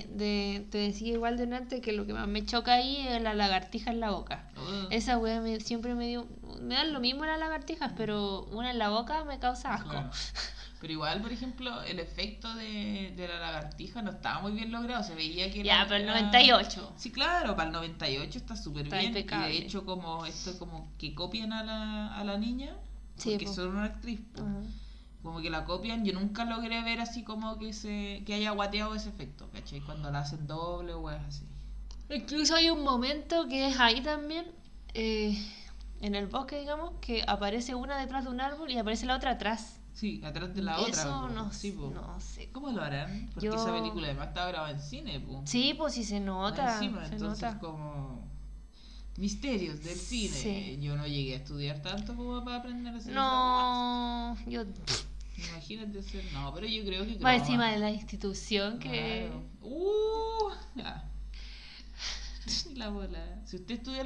te decía igual de antes que lo que más me choca ahí es la lagartija en la boca. Ugh. Esa wea siempre me dio... Me dan lo mismo las lagartijas, pero una en la boca me causa asco. Claro. Pero igual, por ejemplo, el efecto de la lagartija no estaba muy bien logrado. Se veía que Ya, pero el 98. Sí, claro, para el 98 está súper Está bien. impecable. Y de hecho, como esto como que copian a la niña, Sí, porque po. son una actriz, po. Ajá. Como que la copian. Yo nunca logré ver así como que haya guateado ese efecto, ¿cachai? Cuando la hacen doble o weas así. Incluso hay un momento que es ahí también, en el bosque, digamos, que aparece una detrás de un árbol y aparece la otra atrás. Sí, atrás de la otra. Eso Po. no, Sí, po. no sé. ¿Cómo lo harán? Porque Yo- esa película además estaba grabada en cine, po. Sí, pues sí se Más nota. encima, Se entonces nota. como misterios del cine. Sí. Yo no llegué a estudiar tanto como para aprender a hacer No, yo. esas cosas. Imagínate hacer. No, pero yo creo que Va encima de la institución que. Claro. Ya. La bola. Si usted estudia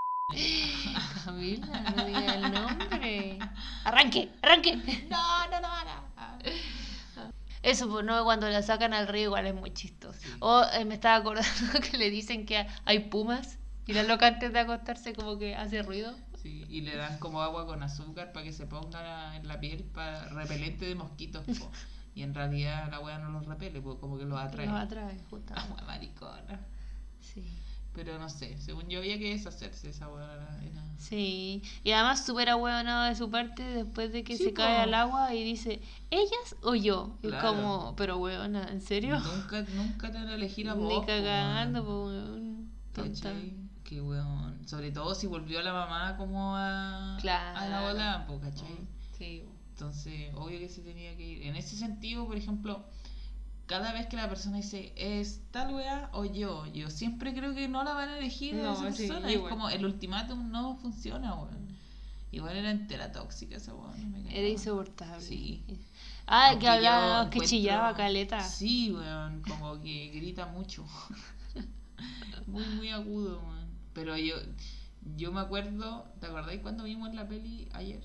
Camila, no diga el nombre. ¡Arranque! ¡Arranque! No, no lo haga. Eso, pues no, cuando la sacan al río igual es muy chistoso. Sí. O me estaba acordando que le dicen que hay pumas y la loca antes de acostarse como que hace ruido. Sí, y le dan como agua con azúcar para que se ponga en la piel para repelente de mosquitos. Po. Y en realidad la wea no los repele, pues como que los atrae. Los atrae, justamente. Agua maricona. Sí. Pero no sé, según yo había que deshacerse esa wea. Era... Sí, y además súper ahueonado de su parte después de que Sí, se cae po. al agua y dice, ¿ellas o yo? Y es Claro. como, pero hueona, ¿en serio? Nunca te van a elegir a vos. Ni po, cagando, weón. po, weón. Tonta. ¿Cachai? Qué weón. Sobre todo si volvió la mamá como a la Claro. bola, po, ¿cachai? Sí. Entonces, obvio que se tenía que ir. En ese sentido, por ejemplo, cada vez que la persona dice, ¿es tal weá o yo? Yo siempre creo que no la van a elegir a No, esa sí, persona. Es igual. como el ultimátum no funciona, weón. Igual era entera tóxica esa weón. me Era cagaba. insoportable. Sí. Ah, Aunque que yo hablaba, que encuentro- chillaba caleta. Sí, weón, como que grita mucho. Muy agudo, weón. Pero yo me acuerdo, ¿te acordáis cuando vimos la peli ayer?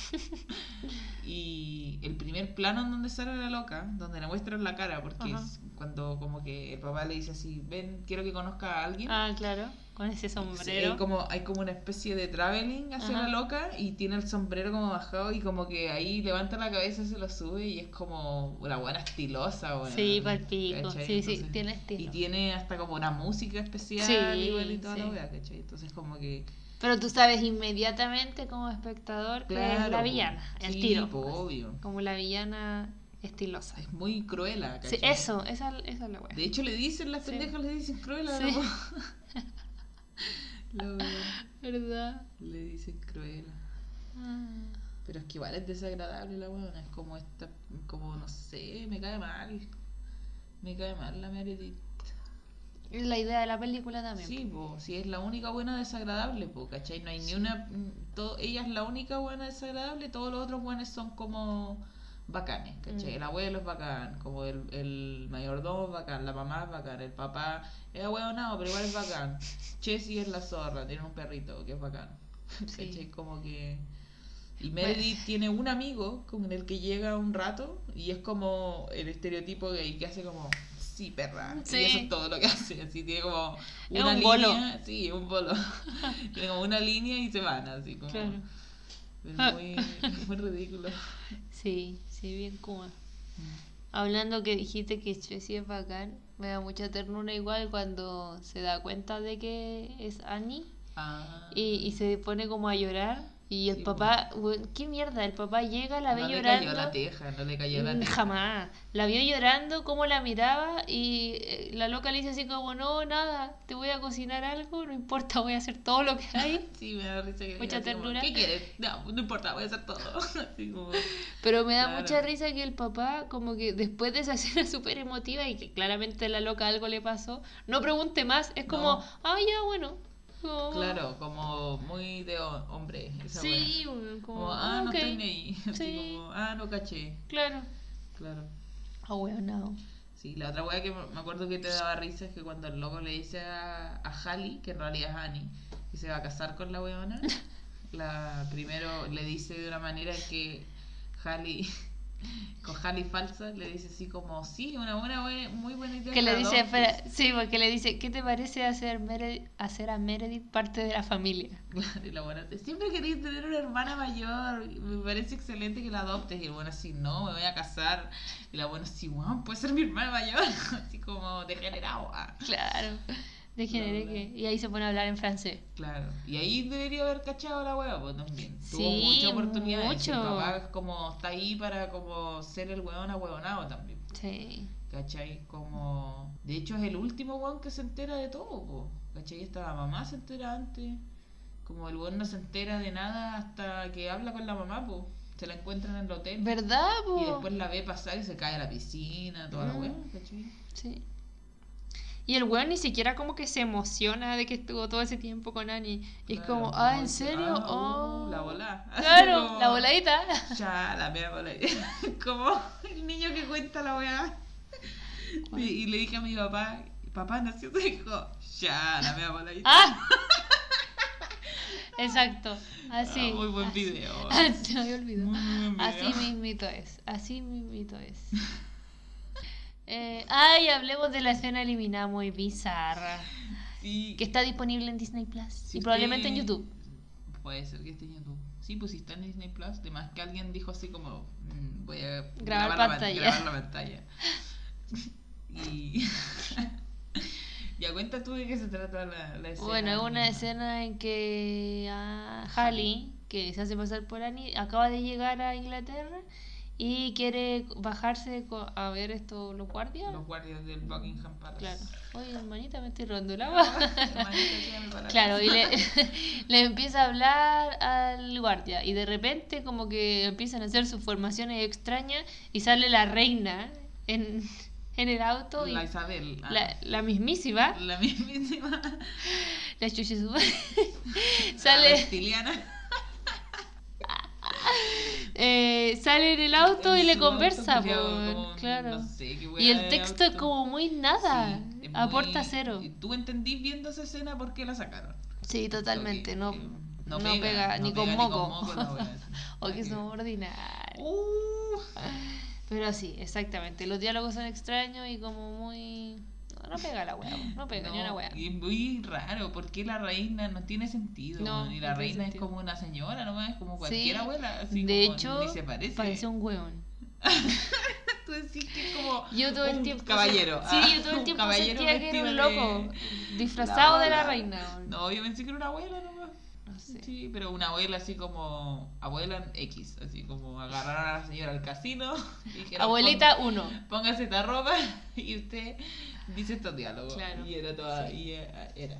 Y el primer plano en donde sale la loca, donde le muestran la cara, porque Ajá. es cuando como que el papá le dice así, ven, quiero que conozca a alguien. Ah, claro, con ese Sí, sombrero. hay como una especie de traveling hacia Ajá. la loca y tiene el sombrero como bajado y como que ahí levanta la cabeza, se lo sube y es como una buena estilosa, weón. Sí, palpico. ¿cachai? Sí, sí, Entonces, tiene estilo. y tiene hasta como una música especial Sí, igual y toda la sí. wea, ¿cachai? Entonces como que... Pero tú sabes inmediatamente como espectador que es la po. villana, el Sí, tiro. po, obvio. Como la villana estilosa. Es muy cruela, ¿cachai? Sí, eso, esa es la wea. De hecho le dicen, las Sí. pendejas le dicen cruela, Sí. ¿no? La wea, ¿Verdad? le dicen cruela. Ah. Pero es que igual es desagradable la weona, es como esta, como no sé, me cae mal. Me cae mal la Meredith. Es la idea de la película también. Sí, po, si es la única buena desagradable, po, ¿cachai? No hay ni una... ella es la única buena desagradable, todos los otros buenos son como bacanes, ¿cachai? Mm. El abuelo es bacán, como el mayordomo es bacán, la mamá es bacán, el papá es ahueonado, pero igual es bacán. Jessie es la zorra, tiene un perrito que es bacán, Sí. ¿cachai? Como que... Y Meredith tiene un amigo con el que llega un rato y es como el estereotipo gay que hace como, sí, perra. Sí. Y eso es todo lo que hace. Así tiene como Es una un línea. bolo. Sí, un bolo. Tiene como una línea y se van así como. Claro. Es muy ridículo. Sí, sí, bien kuma. Hablando que dijiste que Jessie es bacán, me da mucha ternura igual cuando se da cuenta de que es Annie Ah, y se pone como a llorar. Y el Sí, papá, weón, qué mierda, el papá llega, la ve no le llorando. cayó la teja, no le cayó la teja. Jamás. La vio llorando, cómo la miraba y la loca le dice así como, no, nada, te voy a cocinar algo, no importa, voy a hacer todo lo que hay. Sí, me da risa que Mucha diga así como, ternura. ¿qué quieres? No importa, voy a hacer todo. Así como, Pero me da Claro. mucha risa que el papá, como que después de esa escena súper emotiva y que claramente a la loca algo le pasó, no pregunte más, es como, No. ah, ya, bueno. Como- claro, como muy de hombre. Esa Sí, wea. weón, como, Como, ah, no ok. estoy ni ahí. Así Sí. como, no caché. Claro. Claro. Ah, weón, no. Sí, la otra wea que me acuerdo que te daba risa es que cuando el loco le dice a Hallie, que en realidad es Annie, que se va a casar con la weona, primero le dice de una manera en que Hallie, con Hallie falsa, le dice así como, sí, muy buena idea. Que le la dice, adoptes". espera, sí, porque le dice, ¿qué te parece hacer a Meredith parte de la familia? Claro, y la buena, siempre quería tener una hermana mayor, me parece excelente que la adoptes. Y el bueno así, no, me voy a casar. Y la buena así, wow, puede ser mi hermana mayor, así como degenerado. Claro. Degeneré Bla, bla. que. Y ahí se pone a hablar en francés. Claro, y ahí debería haber cachado la hueá, pues también. Tuvo Sí, mucha oportunidad. mucho. El papá es como está ahí para como ser el hueón ahueonado también. Sí. ¿Cachai? Como... De hecho es el último hueón que se entera de todo, po. ¿Cachai? Hasta la mamá se entera antes. Como el hueón no se entera de nada hasta que habla con la mamá, po. Se la encuentran en el hotel. ¿Verdad, po? Y después la ve pasar y se cae a la piscina, toda la weá, ¿cachai? Sí. Y el weón ni siquiera como que se emociona de que estuvo todo ese tiempo con Annie. Y es como, ¿en serio? La volá. Claro, Como, la voladita. Ya, la mea voladita. Como el niño que cuenta la weá. Y le dije a mi papá nació tu hijo. Ya, la mea voladita. ¡Ah! Exacto, así. Muy buen video. Se me había olvidado. Muy buen video. Así mismito es. Hablemos de la escena eliminada muy bizarra. Sí. Que está disponible en Disney Plus. Si y probablemente usted- en YouTube. Puede ser que esté en YouTube. Sí, pues si está en Disney Plus, además que alguien dijo así como voy a Grabar pantalla. grabar la pantalla. Y ya cuenta tú de qué se trata la escena. Bueno, es una escena en que Hallie, que se hace pasar por Annie, acaba de llegar a Inglaterra y quiere bajarse a ver los guardias. Los guardias del Buckingham Palace. Claro. Oye, hermanita, me estoy robando el agua. Hermanita, sígame para la Claro, casa. y le empieza a hablar al guardia y de repente como que empiezan a hacer sus formaciones extrañas y sale la reina en el auto y La Isabel. la mismísima, La mismísima. la chuchizuba, La sale reptiliana. sale en el auto y En le su conversa, auto, culiao, po, como, claro. no sé, qué wea Y el de texto es auto. como muy nada, Sí, es aporta muy- cero. ¿Y tú entendís viendo esa escena por qué la sacaron? Sí, totalmente, no no pega ni con pega moco. la wea, sí. O que Para somos ordinarios. Uh, Pero sí, exactamente. Los diálogos son extraños y como muy... No pega la wea, no pega ni una wea. Y es muy raro, porque la reina no tiene sentido. No, y no la tiene reina sentido. es como una señora nomás, es como cualquier Sí, abuela. Así de como hecho, ni se parece. parece un weón. Tú decís que es como Yo todo el un tiempo... caballero. Sí, yo todo el un tiempo caballero sentía que era vestido un de- loco disfrazado de la abuela. reina. No, yo pensé que era una abuela nomás. No sé. Sí, pero una abuela así como abuela X, así como agarraron a la señora al casino y dijeron, Abuelita 1. póngase esta ropa y usted dice estos diálogos. Claro. Y era toda, Sí. y era.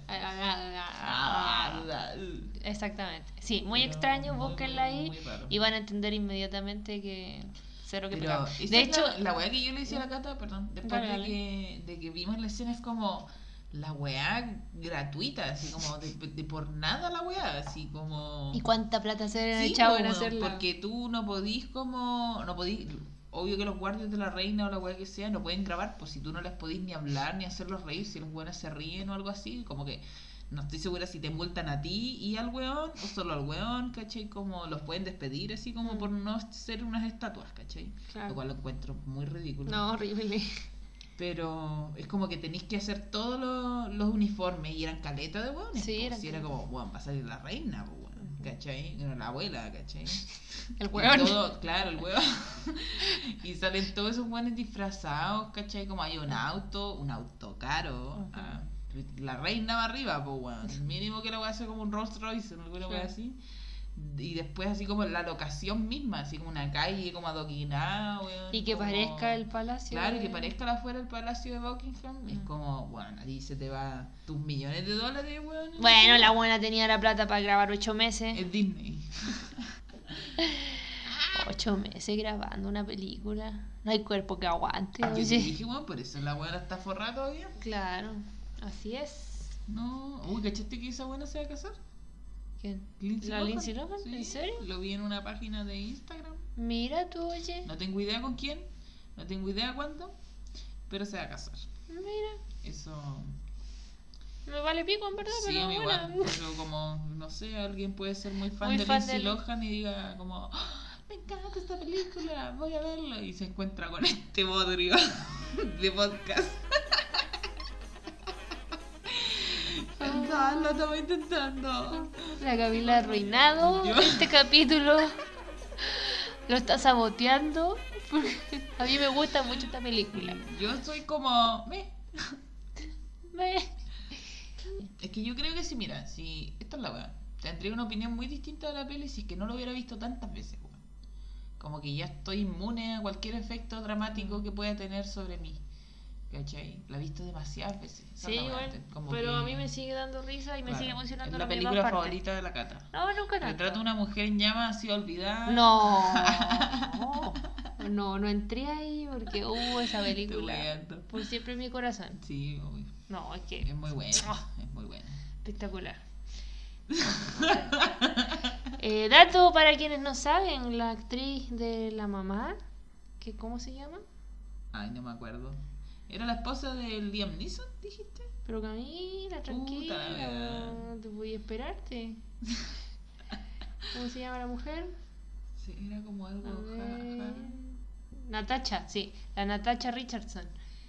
Exactamente. Sí, muy Pero extraño, muy, búsquenla ahí muy raro. y van a entender inmediatamente que cero que Pero pegar. esa De es hecho, la weá que yo le decía a la Cata, perdón, después Dale, dale. de que vimos la escena, es como la weá gratuita, así como de por nada la weá, así como... ¿y cuánta plata se han Sí, echado en po, hacerla? porque tú no podís obvio que los guardias de la reina o la weá que sea no pueden grabar, pues si tú no les podís ni hablar ni hacerlos reír, si los weones se ríen o algo así, como que no estoy segura si te multan a ti y al weón o solo al weón, ¿cachai? Como los pueden despedir así como por no ser unas estatuas, ¿cachai? Claro. Lo cual lo encuentro muy ridículo. No, horrible. Pero es como que tenéis que hacer todos los uniformes y eran caletas de weones. Sí, po. eran Si era caleta. como, weón, va a salir la reina, po, weón, ¿cachai? Era la abuela, ¿cachai? El Y weón. todo- claro, el hueón. Y salen todos esos buenos disfrazados, ¿cachai? Como hay un auto caro. Ujú. La reina va arriba, pues, weón. Mínimo que la voy a hacer como un Rolls Royce, alguna wea Claro. así. Y después así como la locación misma, así como una calle como adoquinada, weón. Y que como- parezca el palacio. Claro, y de- que parezca afuera el palacio de Buckingham. Es como, bueno, ahí se te va tus millones de dólares, weón. Bueno, la buena tenía la plata para grabar 8 meses. Es Disney. 8 meses grabando una película. No hay cuerpo que aguante, Yo te oye. dije, weón, por eso la weona está forrada todavía. Claro, así es. No, uy, ¿cachaste que esa buena se va a casar? ¿Quién? Lindsay ¿La Lohan. Lindsay Lohan? Sí, ¿En serio? Lo vi en una página de Instagram. Mira tú, oye. No tengo idea con quién, no tengo idea cuándo, pero se va a casar. Mira, Eso. me vale pico en verdad, Sí, pero a mí bueno. igual. Pero como, no sé, alguien puede ser muy fan Muy de fan Lindsay de Lohan y diga como, "Ah, me encanta esta película, voy a verla", y se encuentra con este bodrio de podcast. No, lo estamos intentando. La Camila ha arruinado Yo- este capítulo. Lo está saboteando. A mí me gusta mucho esta película. Yo soy como, Me- Es que yo creo que sí, mira, si esta es la weá, tendría una opinión muy distinta de la peli si es que no lo hubiera visto tantas veces, weón. Como que ya estoy inmune a cualquier efecto dramático que pueda tener sobre mí. ¿cachai? La he visto demasiadas veces. Esa Sí, es la weá, igual, como pero que- a mí me sigue dando risa y me sigue claro, emocionando es la misma película parte. favorita de la Cata. No, nunca tanto. Retrata una mujer en llamas así olvidada. No entré ahí porque esa película weando. por siempre en mi corazón. Sí, obvio. No, es que Es muy buena. Es muy buena. espectacular. Dato para quienes no saben, la actriz de la mamá, que ¿cómo se llama? Ay, no me acuerdo. ¿Era la esposa de Liam Neeson, dijiste? Pero Camila, tranquila, la verdad. te voy a esperarte. ¿Cómo se llama la mujer? Sí, era como algo. A ver. Natasha, sí, la Natasha Richardson.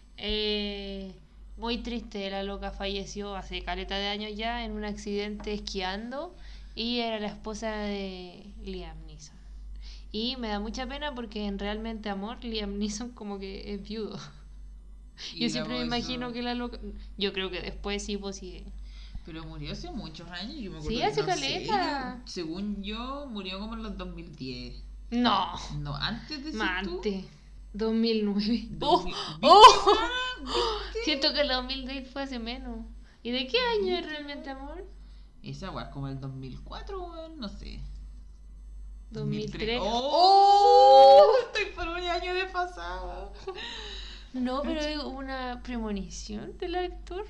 Muy triste, la loca falleció hace caleta de años ya en un accidente esquiando y era la esposa de Liam Neeson. Y me da mucha pena porque en Realmente Amor Liam Neeson como que es viudo. Yo siempre me imagino que la loca... Yo creo que después sí, pues sí. Pero murió hace muchos años. Yo me acuerdo Sí, que hace no caleta. sé, según yo, murió como en los 2010. No, No, antes de Mante. 2009. 2000. Siento que el 2010 fue hace menos. ¿Y de qué año es Realmente Amor? Esa weá, como el 2004, weón, no sé. 2003. ¡Oh! Estoy por un año desfasado. No, pero es una premonición del actor.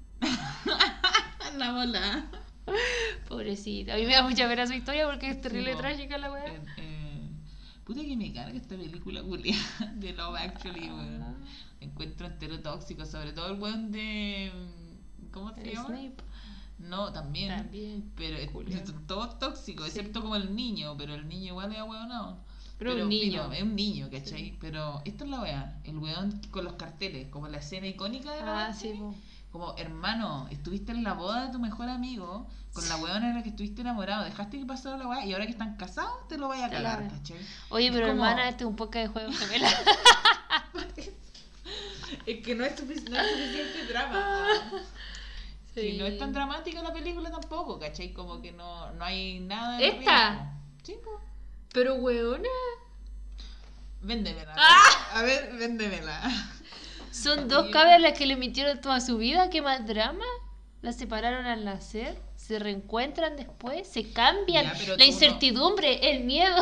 La bola. Pobrecita. A mí me da mucha pena su historia porque es terrible po. trágica la weá. Puta que me carga esta película culiada de Love Actually, weón. Encuentro entero tóxico, sobre todo el weón de... ¿Cómo se llama? Snape. No, también. Pero Culiao. son todos tóxicos, Sí. excepto como el niño, pero el niño igual es ahueonado. Pero un niño. filo, es un niño, ¿cachai? Pero esto es la weá, el weón con los carteles, como la escena icónica de la Sí, po. como, hermano, estuviste en la boda de tu mejor amigo, con la weona en la que estuviste enamorado, dejaste que pasara la weá, y ahora que están casados, te lo vaya a Te cagar, la- ¿cachai? Oye, Es pero como- hermana, este es un podcast de juegos gemelas. Es que no es suficiente drama. Si no es tan dramática la película tampoco, ¿cachai? Como que no hay nada de ¿Esta? riesgo. Sí, po. Pero weona. Véndemela. ¡Ah! A ver, véndemela. Son dos cabras las que le mintieron toda su vida. ¿Qué más drama? Las separaron al nacer. Se reencuentran después. Se cambian. Ya, pero La tú incertidumbre, el miedo.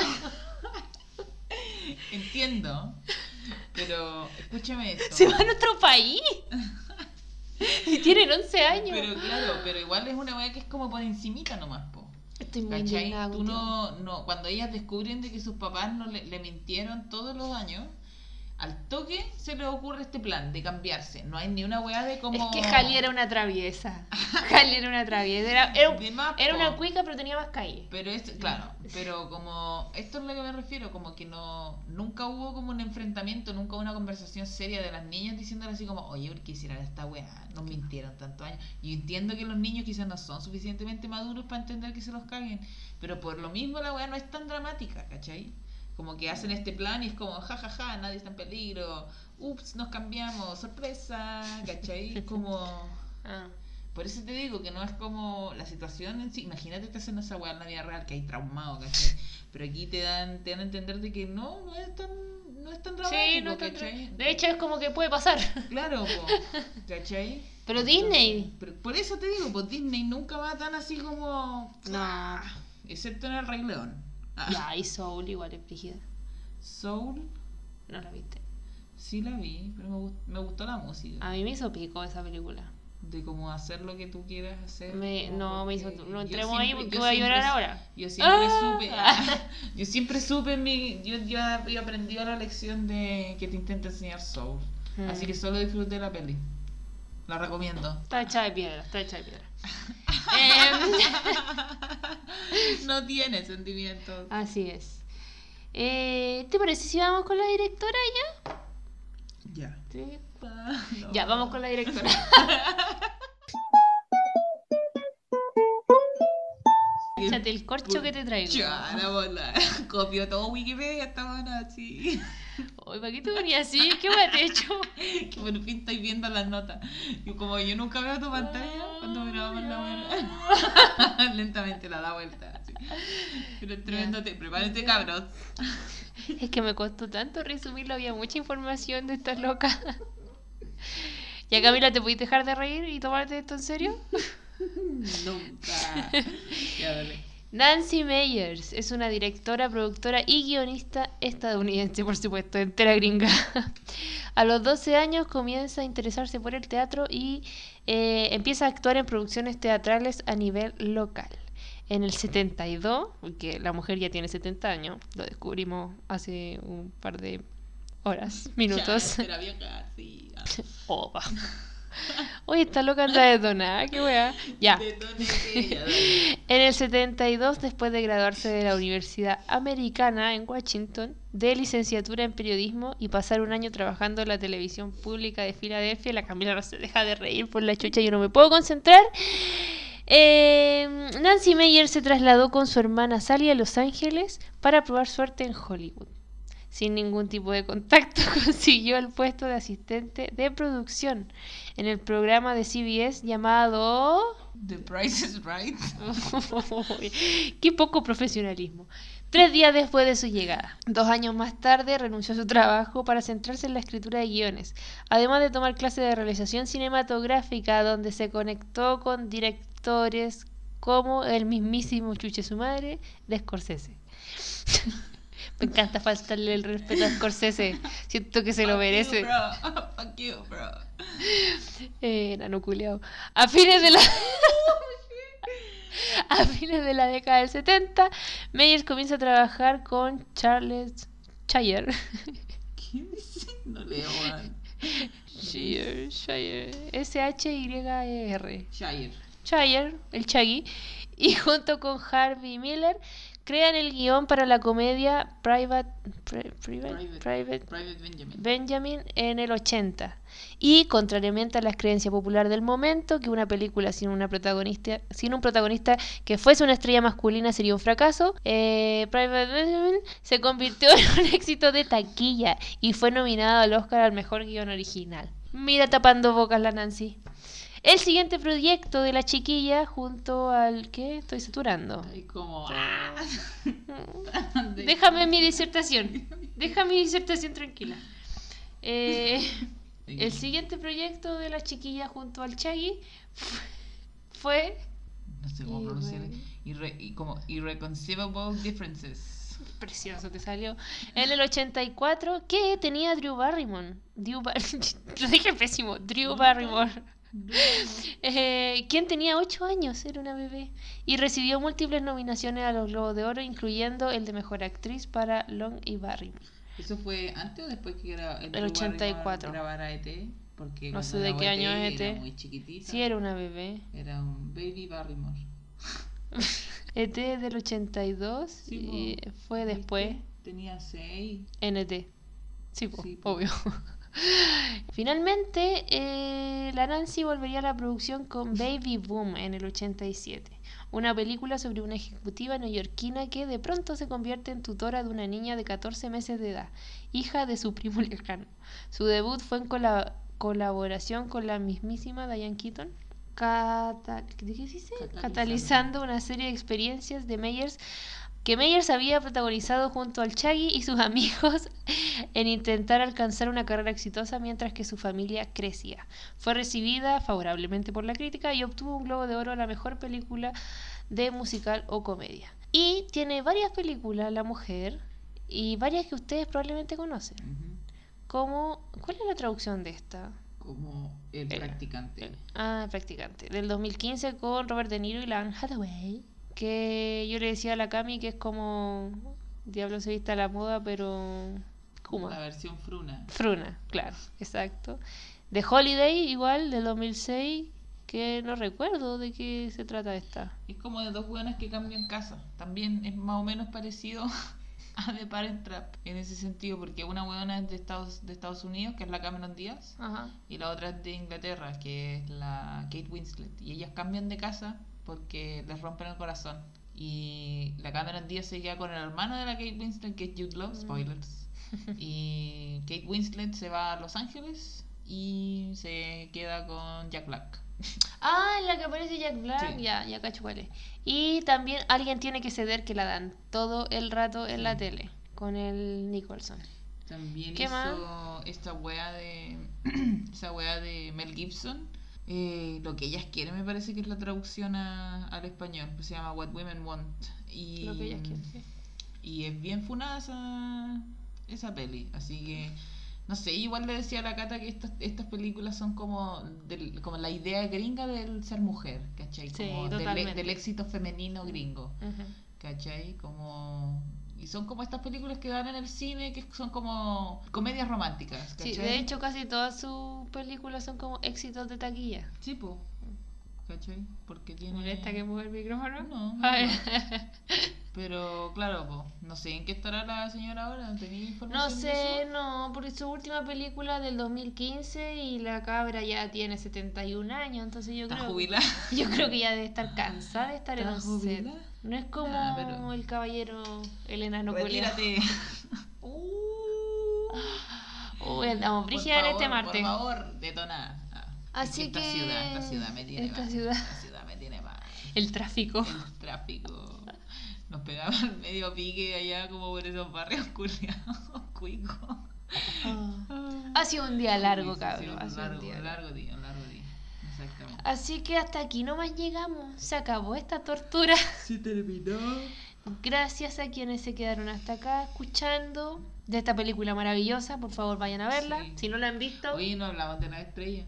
Entiendo. Pero escúchame esto. Se van a otro país. Y tienen 11 años. Pero claro, pero igual es una weá que es como por encimita nomás, po. Estoy muy ¿Cachai? indignada Tú contigo. no, cuando ellas descubren de que sus papás no le mintieron todos los años, al toque se les ocurre este plan de cambiarse. No hay ni una weá de como... Es que Jali era una traviesa. Jali era una traviesa. De más, Era po. una cuica, pero tenía más calle. Pero es, claro, pero como, esto es lo que me refiero, como que nunca hubo como un enfrentamiento, nunca hubo una conversación seria de las niñas diciéndole así como, oye, ¿por qué hicieron esta weá? Nos mintieron tantos años. Y entiendo que los niños quizás no son suficientemente maduros para entender que se los caguen, pero por lo mismo la weá no es tan dramática, ¿cachai? Como que hacen este plan y es como, jajaja, nadie está en peligro, ups, nos cambiamos, sorpresa, ¿cachai? Es como... Ah. Por eso te digo que no es como la situación en sí. Imagínate te hacen esa weá en la vida real que hay traumado, ¿cachai? Pero aquí te dan a entender de que no es tan dramático, Sí, no está ¿cachai? De hecho, es como que puede pasar. Claro, po, ¿cachai? Pero Entonces, Disney. por eso te digo, pues Disney nunca va tan así como... No. Excepto en El Rey León. Ah, Ya, y Soul igual es brígida. Soul, No la viste. sí la vi, pero me gustó la música. A mí me hizo pico esa película. De cómo hacer lo que tú quieras hacer. No me hizo. porque No yo entremos ahí siempre- porque yo voy a siempre llorar su- ahora. Yo siempre Ah. yo siempre supe en mi, yo había aprendido la lección de que te intenta enseñar Soul. Mm. Así que solo disfruté la peli. La recomiendo. Está hecha de piedra, está hecha de piedra. No tiene sentimientos. Así es. ¿Te parece si vamos con la directora ya? Ya. Sí. No. Ya, vamos con la directora. Échate el corcho que te traigo. Ya, la bola. Copio todo Wikipedia, esta buena así. Oye, ¿para qué te ponías así? ¿Qué hueá te he hecho? Que por fin estoy viendo las notas. Y como yo nunca veo tu pantalla, cuando grabamos la buena, lentamente la da vuelta. Así. Pero es tremendo. Prepárense, cabros. Es que me costó tanto resumirlo, había mucha información de estas locas. ¿Ya, Camila, te podés dejar de reír y tomarte esto en serio? Nunca. Ya, dale. Nancy Meyers es una directora, productora y guionista estadounidense, por supuesto, entera gringa. A los 12 años comienza a interesarse por el teatro y empieza a actuar en producciones teatrales a nivel local. En el 72, porque la mujer ya tiene 70 años, lo descubrimos hace un par de horas, minutos. Ya, era vieja, sí. Opa. Oye, esta loca anda detonada, qué wea. Ya. En el 72, después de graduarse de la Universidad Americana en Washington, de licenciatura en periodismo y pasar un año trabajando en la televisión pública de Filadelfia, la Camila no se deja de reír por la chucha, yo no me puedo concentrar. Nancy Meyers se trasladó con su hermana Sally a Los Ángeles para probar suerte en Hollywood. Sin ningún tipo de contacto, consiguió el puesto de asistente de producción en el programa de CBS llamado The Price is Right. Qué poco profesionalismo. 3 días después de su llegada. 2 años más tarde renunció a su trabajo para centrarse en la escritura de guiones, además de tomar clases de realización cinematográfica, donde se conectó con directores como el mismísimo Chuche su madre de Scorsese. Me encanta faltarle el respeto a Scorsese. Siento que se lo merece. Fuck you, bro. Nano culiao. A fines de la década del 70, Meyers comienza a trabajar con Charles Shyer. ¿Qué dice? No leo, man. Shyer. S-H-Y-E-R. Shyer, el Shaggy. Y junto con Harvey Miller crean el guión para la comedia Private Benjamin en el 80. Y contrariamente a las creencias populares del momento, que una película sin un protagonista que fuese una estrella masculina sería un fracaso, Private Benjamin se convirtió en un éxito de taquilla y fue nominado al Oscar al mejor guión original. Mira, tapando bocas la Nancy. El siguiente proyecto de la chiquilla junto al... ¿Qué? Estoy saturando. Ay, como... Déjame mi disertación. Deja mi disertación tranquila. El siguiente proyecto de la chiquilla junto al Shaggy fue... No sé cómo pronunciar. Como Irreconcilable Differences. Precioso te salió. En el 84, que tenía Drew Barrymore. Lo dije pésimo. Drew Barrymore. Quien tenía 8 años, era una bebé, y recibió múltiples nominaciones a los Globos de Oro, incluyendo el de Mejor Actriz para Long y Barrymore. ¿Eso fue antes o después que el 84 grabara E.T.? Porque no sé de qué año es E.T. Era muy chiquitita. Sí, era una bebé. Era un baby Barrymore. E.T. del 82 sí, y fue después. Tenía 6. NT. Sí, obvio. Finalmente, la Nancy volvería a la producción con Baby Boom en el 87, una película sobre una ejecutiva neoyorquina que de pronto se convierte en tutora de una niña de 14 meses de edad, hija de su primo lejano. Su debut fue en colaboración con la mismísima Diane Keaton, catalizando una serie de experiencias de Meyers que Meyers había protagonizado junto al Shaggy y sus amigos en intentar alcanzar una carrera exitosa mientras que su familia crecía. Fue recibida favorablemente por la crítica y obtuvo un Globo de Oro a la mejor película de musical o comedia. Y tiene varias películas, la mujer, y varias que ustedes probablemente conocen. ¿Cuál es la traducción de esta? Como El Practicante. El Practicante, del 2015 con Robert De Niro y Anne Hathaway. Que yo le decía a la Cami que es como Diablo se viste a la moda, pero Kuma. La versión Fruna. Fruna, claro, exacto. The Holiday, igual, del 2006, que no recuerdo de qué se trata esta. Es como de dos buenas que cambian casa. También es más o menos parecido a The Parent Trap en ese sentido, porque una buena es de Estados Unidos, que es la Cameron Díaz, y la otra es de Inglaterra, que es la Kate Winslet. Y ellas cambian de casa porque les rompen el corazón. Y la Cameron Díaz se queda con el hermano de la Kate Winslet, que es Jude Law, spoilers. Y Kate Winslet se va a Los Ángeles y se queda con Jack Black. En la que aparece Jack Black, sí. Ya cacho cuál es. Y también Alguien tiene que ceder, que la dan todo el rato en la tele, con el Nicholson. También ¿Qué hizo más? esta wea de esa wea de Mel Gibson. Lo que ellas quieren, me parece que es la traducción al español, que se llama What Women Want. Y, Lo que ellas quieren, sí. y es bien funada esa peli. Así que, no sé, igual le decía a la Cata que estas películas son como la idea gringa del ser mujer, ¿cachai? Sí, Como totalmente. del éxito femenino gringo, Ujú. ¿cachai? Y son como estas películas que dan en el cine, que son como comedias románticas, ¿cachai? Sí, de hecho casi todas sus películas son como éxitos de taquilla. Sí, po. ¿Cachai? Porque tiene... ¿Molesta que mueva el micrófono? No, Ay. pero claro, po, no sé en qué estará la señora ahora, ¿no tenía No información de sé, eso? no, porque su última película del 2015 y la cabra ya tiene 71 años, entonces ¿Está jubilada? yo creo que ya debe estar cansada de estar en ¿Está un set. jubilada? No es como Ah, pero- el caballero, el enano culiao. Retírate. Uy, andamos brígida en este martes. Por favor, detona. Así esta que ciudad me tiene esta mal. ciudad. Esta ciudad me tiene mal. El tráfico. El tráfico. Nos pegaban medio pique allá como por esos barrios culiados, cuicos. Ha sido un día largo, Sí, cabrón. un Ha sido un día largo. largo día. Exactamente. Así que hasta aquí nomás llegamos. Se acabó esta tortura. Se terminó. Gracias a quienes se quedaron hasta acá escuchando de esta película maravillosa. Por favor, vayan a verla. Sí. Si no la han visto. Oye, no hablamos de la estrella.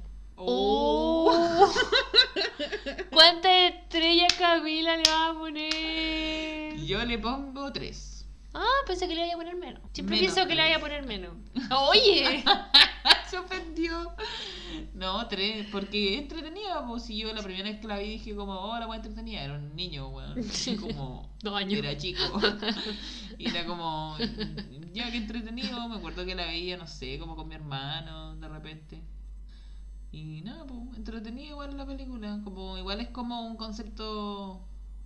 ¡Oh! ¿Cuántas estrellas Camila le va a poner? Yo le pongo 3. Ah, pensé que le iba a poner menos. Siempre Menos pienso que le tres. iba a poner menos. Oye. Se ofendió. No, 3, porque es entretenida, pues si yo la primera vez que la vi dije como, oh, la wea entretenida, era un niño, weón, como 2 años. era chico. Y era como, ya que entretenido, me acuerdo que la veía, no sé, como con mi hermano, de repente. Y nada, pues, entretenido igual la película, como igual es como un concepto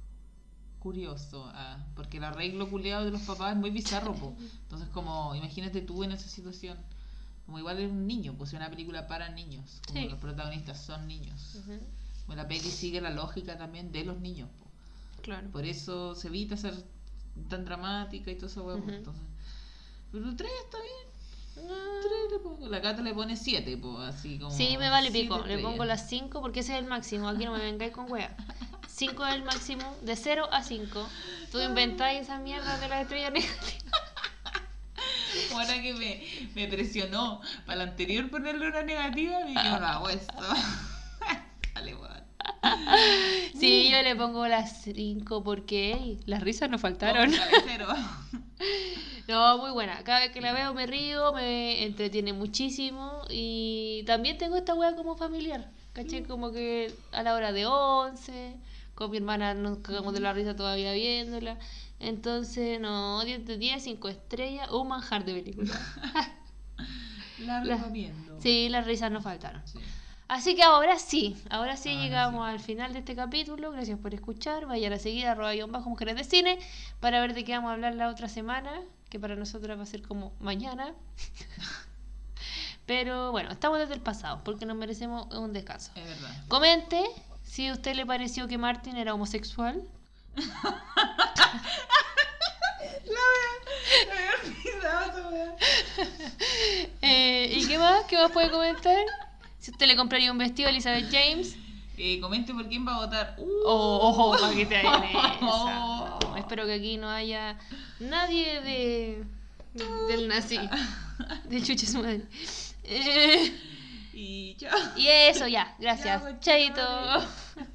curioso, porque el arreglo culeado de los papás es muy bizarro, po. Entonces como, imagínate tú en esa situación. Como igual es un niño, pues es una película para niños, como Sí. los protagonistas son niños. Ujú, Como la peli sigue la lógica también de los niños, po. claro. Por eso se evita ser tan dramática y todo eso, Ujú. entonces. Pero 3 está bien. 3 le pongo. La Cata le pone 7, pues así como. Sí, me vale 7 pico. Le estrellas. pongo las 5 porque ese es el máximo. Aquí no me vengáis con wea. 5 es el máximo, de 0 a 5. Tú inventáis esa mierda de las estrellas negativas. Ahora que me presionó para la anterior ponerle una negativa, y yo no hago esto. Dale, weón. Sí, yo le pongo las 5 porque ey, las risas no faltaron. Cabecero. No, muy buena. Cada vez que la veo me río, me entretiene muchísimo. Y también tengo esta wea como familiar. ¿Caché? Como que a la hora de 11, con mi hermana nos cagamos de la risa todavía viéndola. Entonces, no, 10 de 10, 5 estrellas, un manjar de película. La recomiendo. Sí, las risas no faltaron. Sí. Así que ahora sí Ahora llegamos sí. al final de este capítulo. Gracias por escuchar. Vayan a seguir @mujeres de cine para ver de qué vamos a hablar la otra semana, que para nosotras va a ser como mañana. Pero bueno, estamos desde el pasado porque nos merecemos un descanso. Es verdad. Comente si a usted le pareció que Martin era homosexual. Me había olvidado esa weá. ¿Y qué más? ¿Qué más puede comentar? Si usted le compraría un vestido a Elizabeth James. Comente por quién va a votar. Oh, para que te hagan esa. No, espero que aquí no haya nadie del nazi. De chuche su madre. Y chao. Y eso ya, gracias. Ya, pues, Chaito. chao.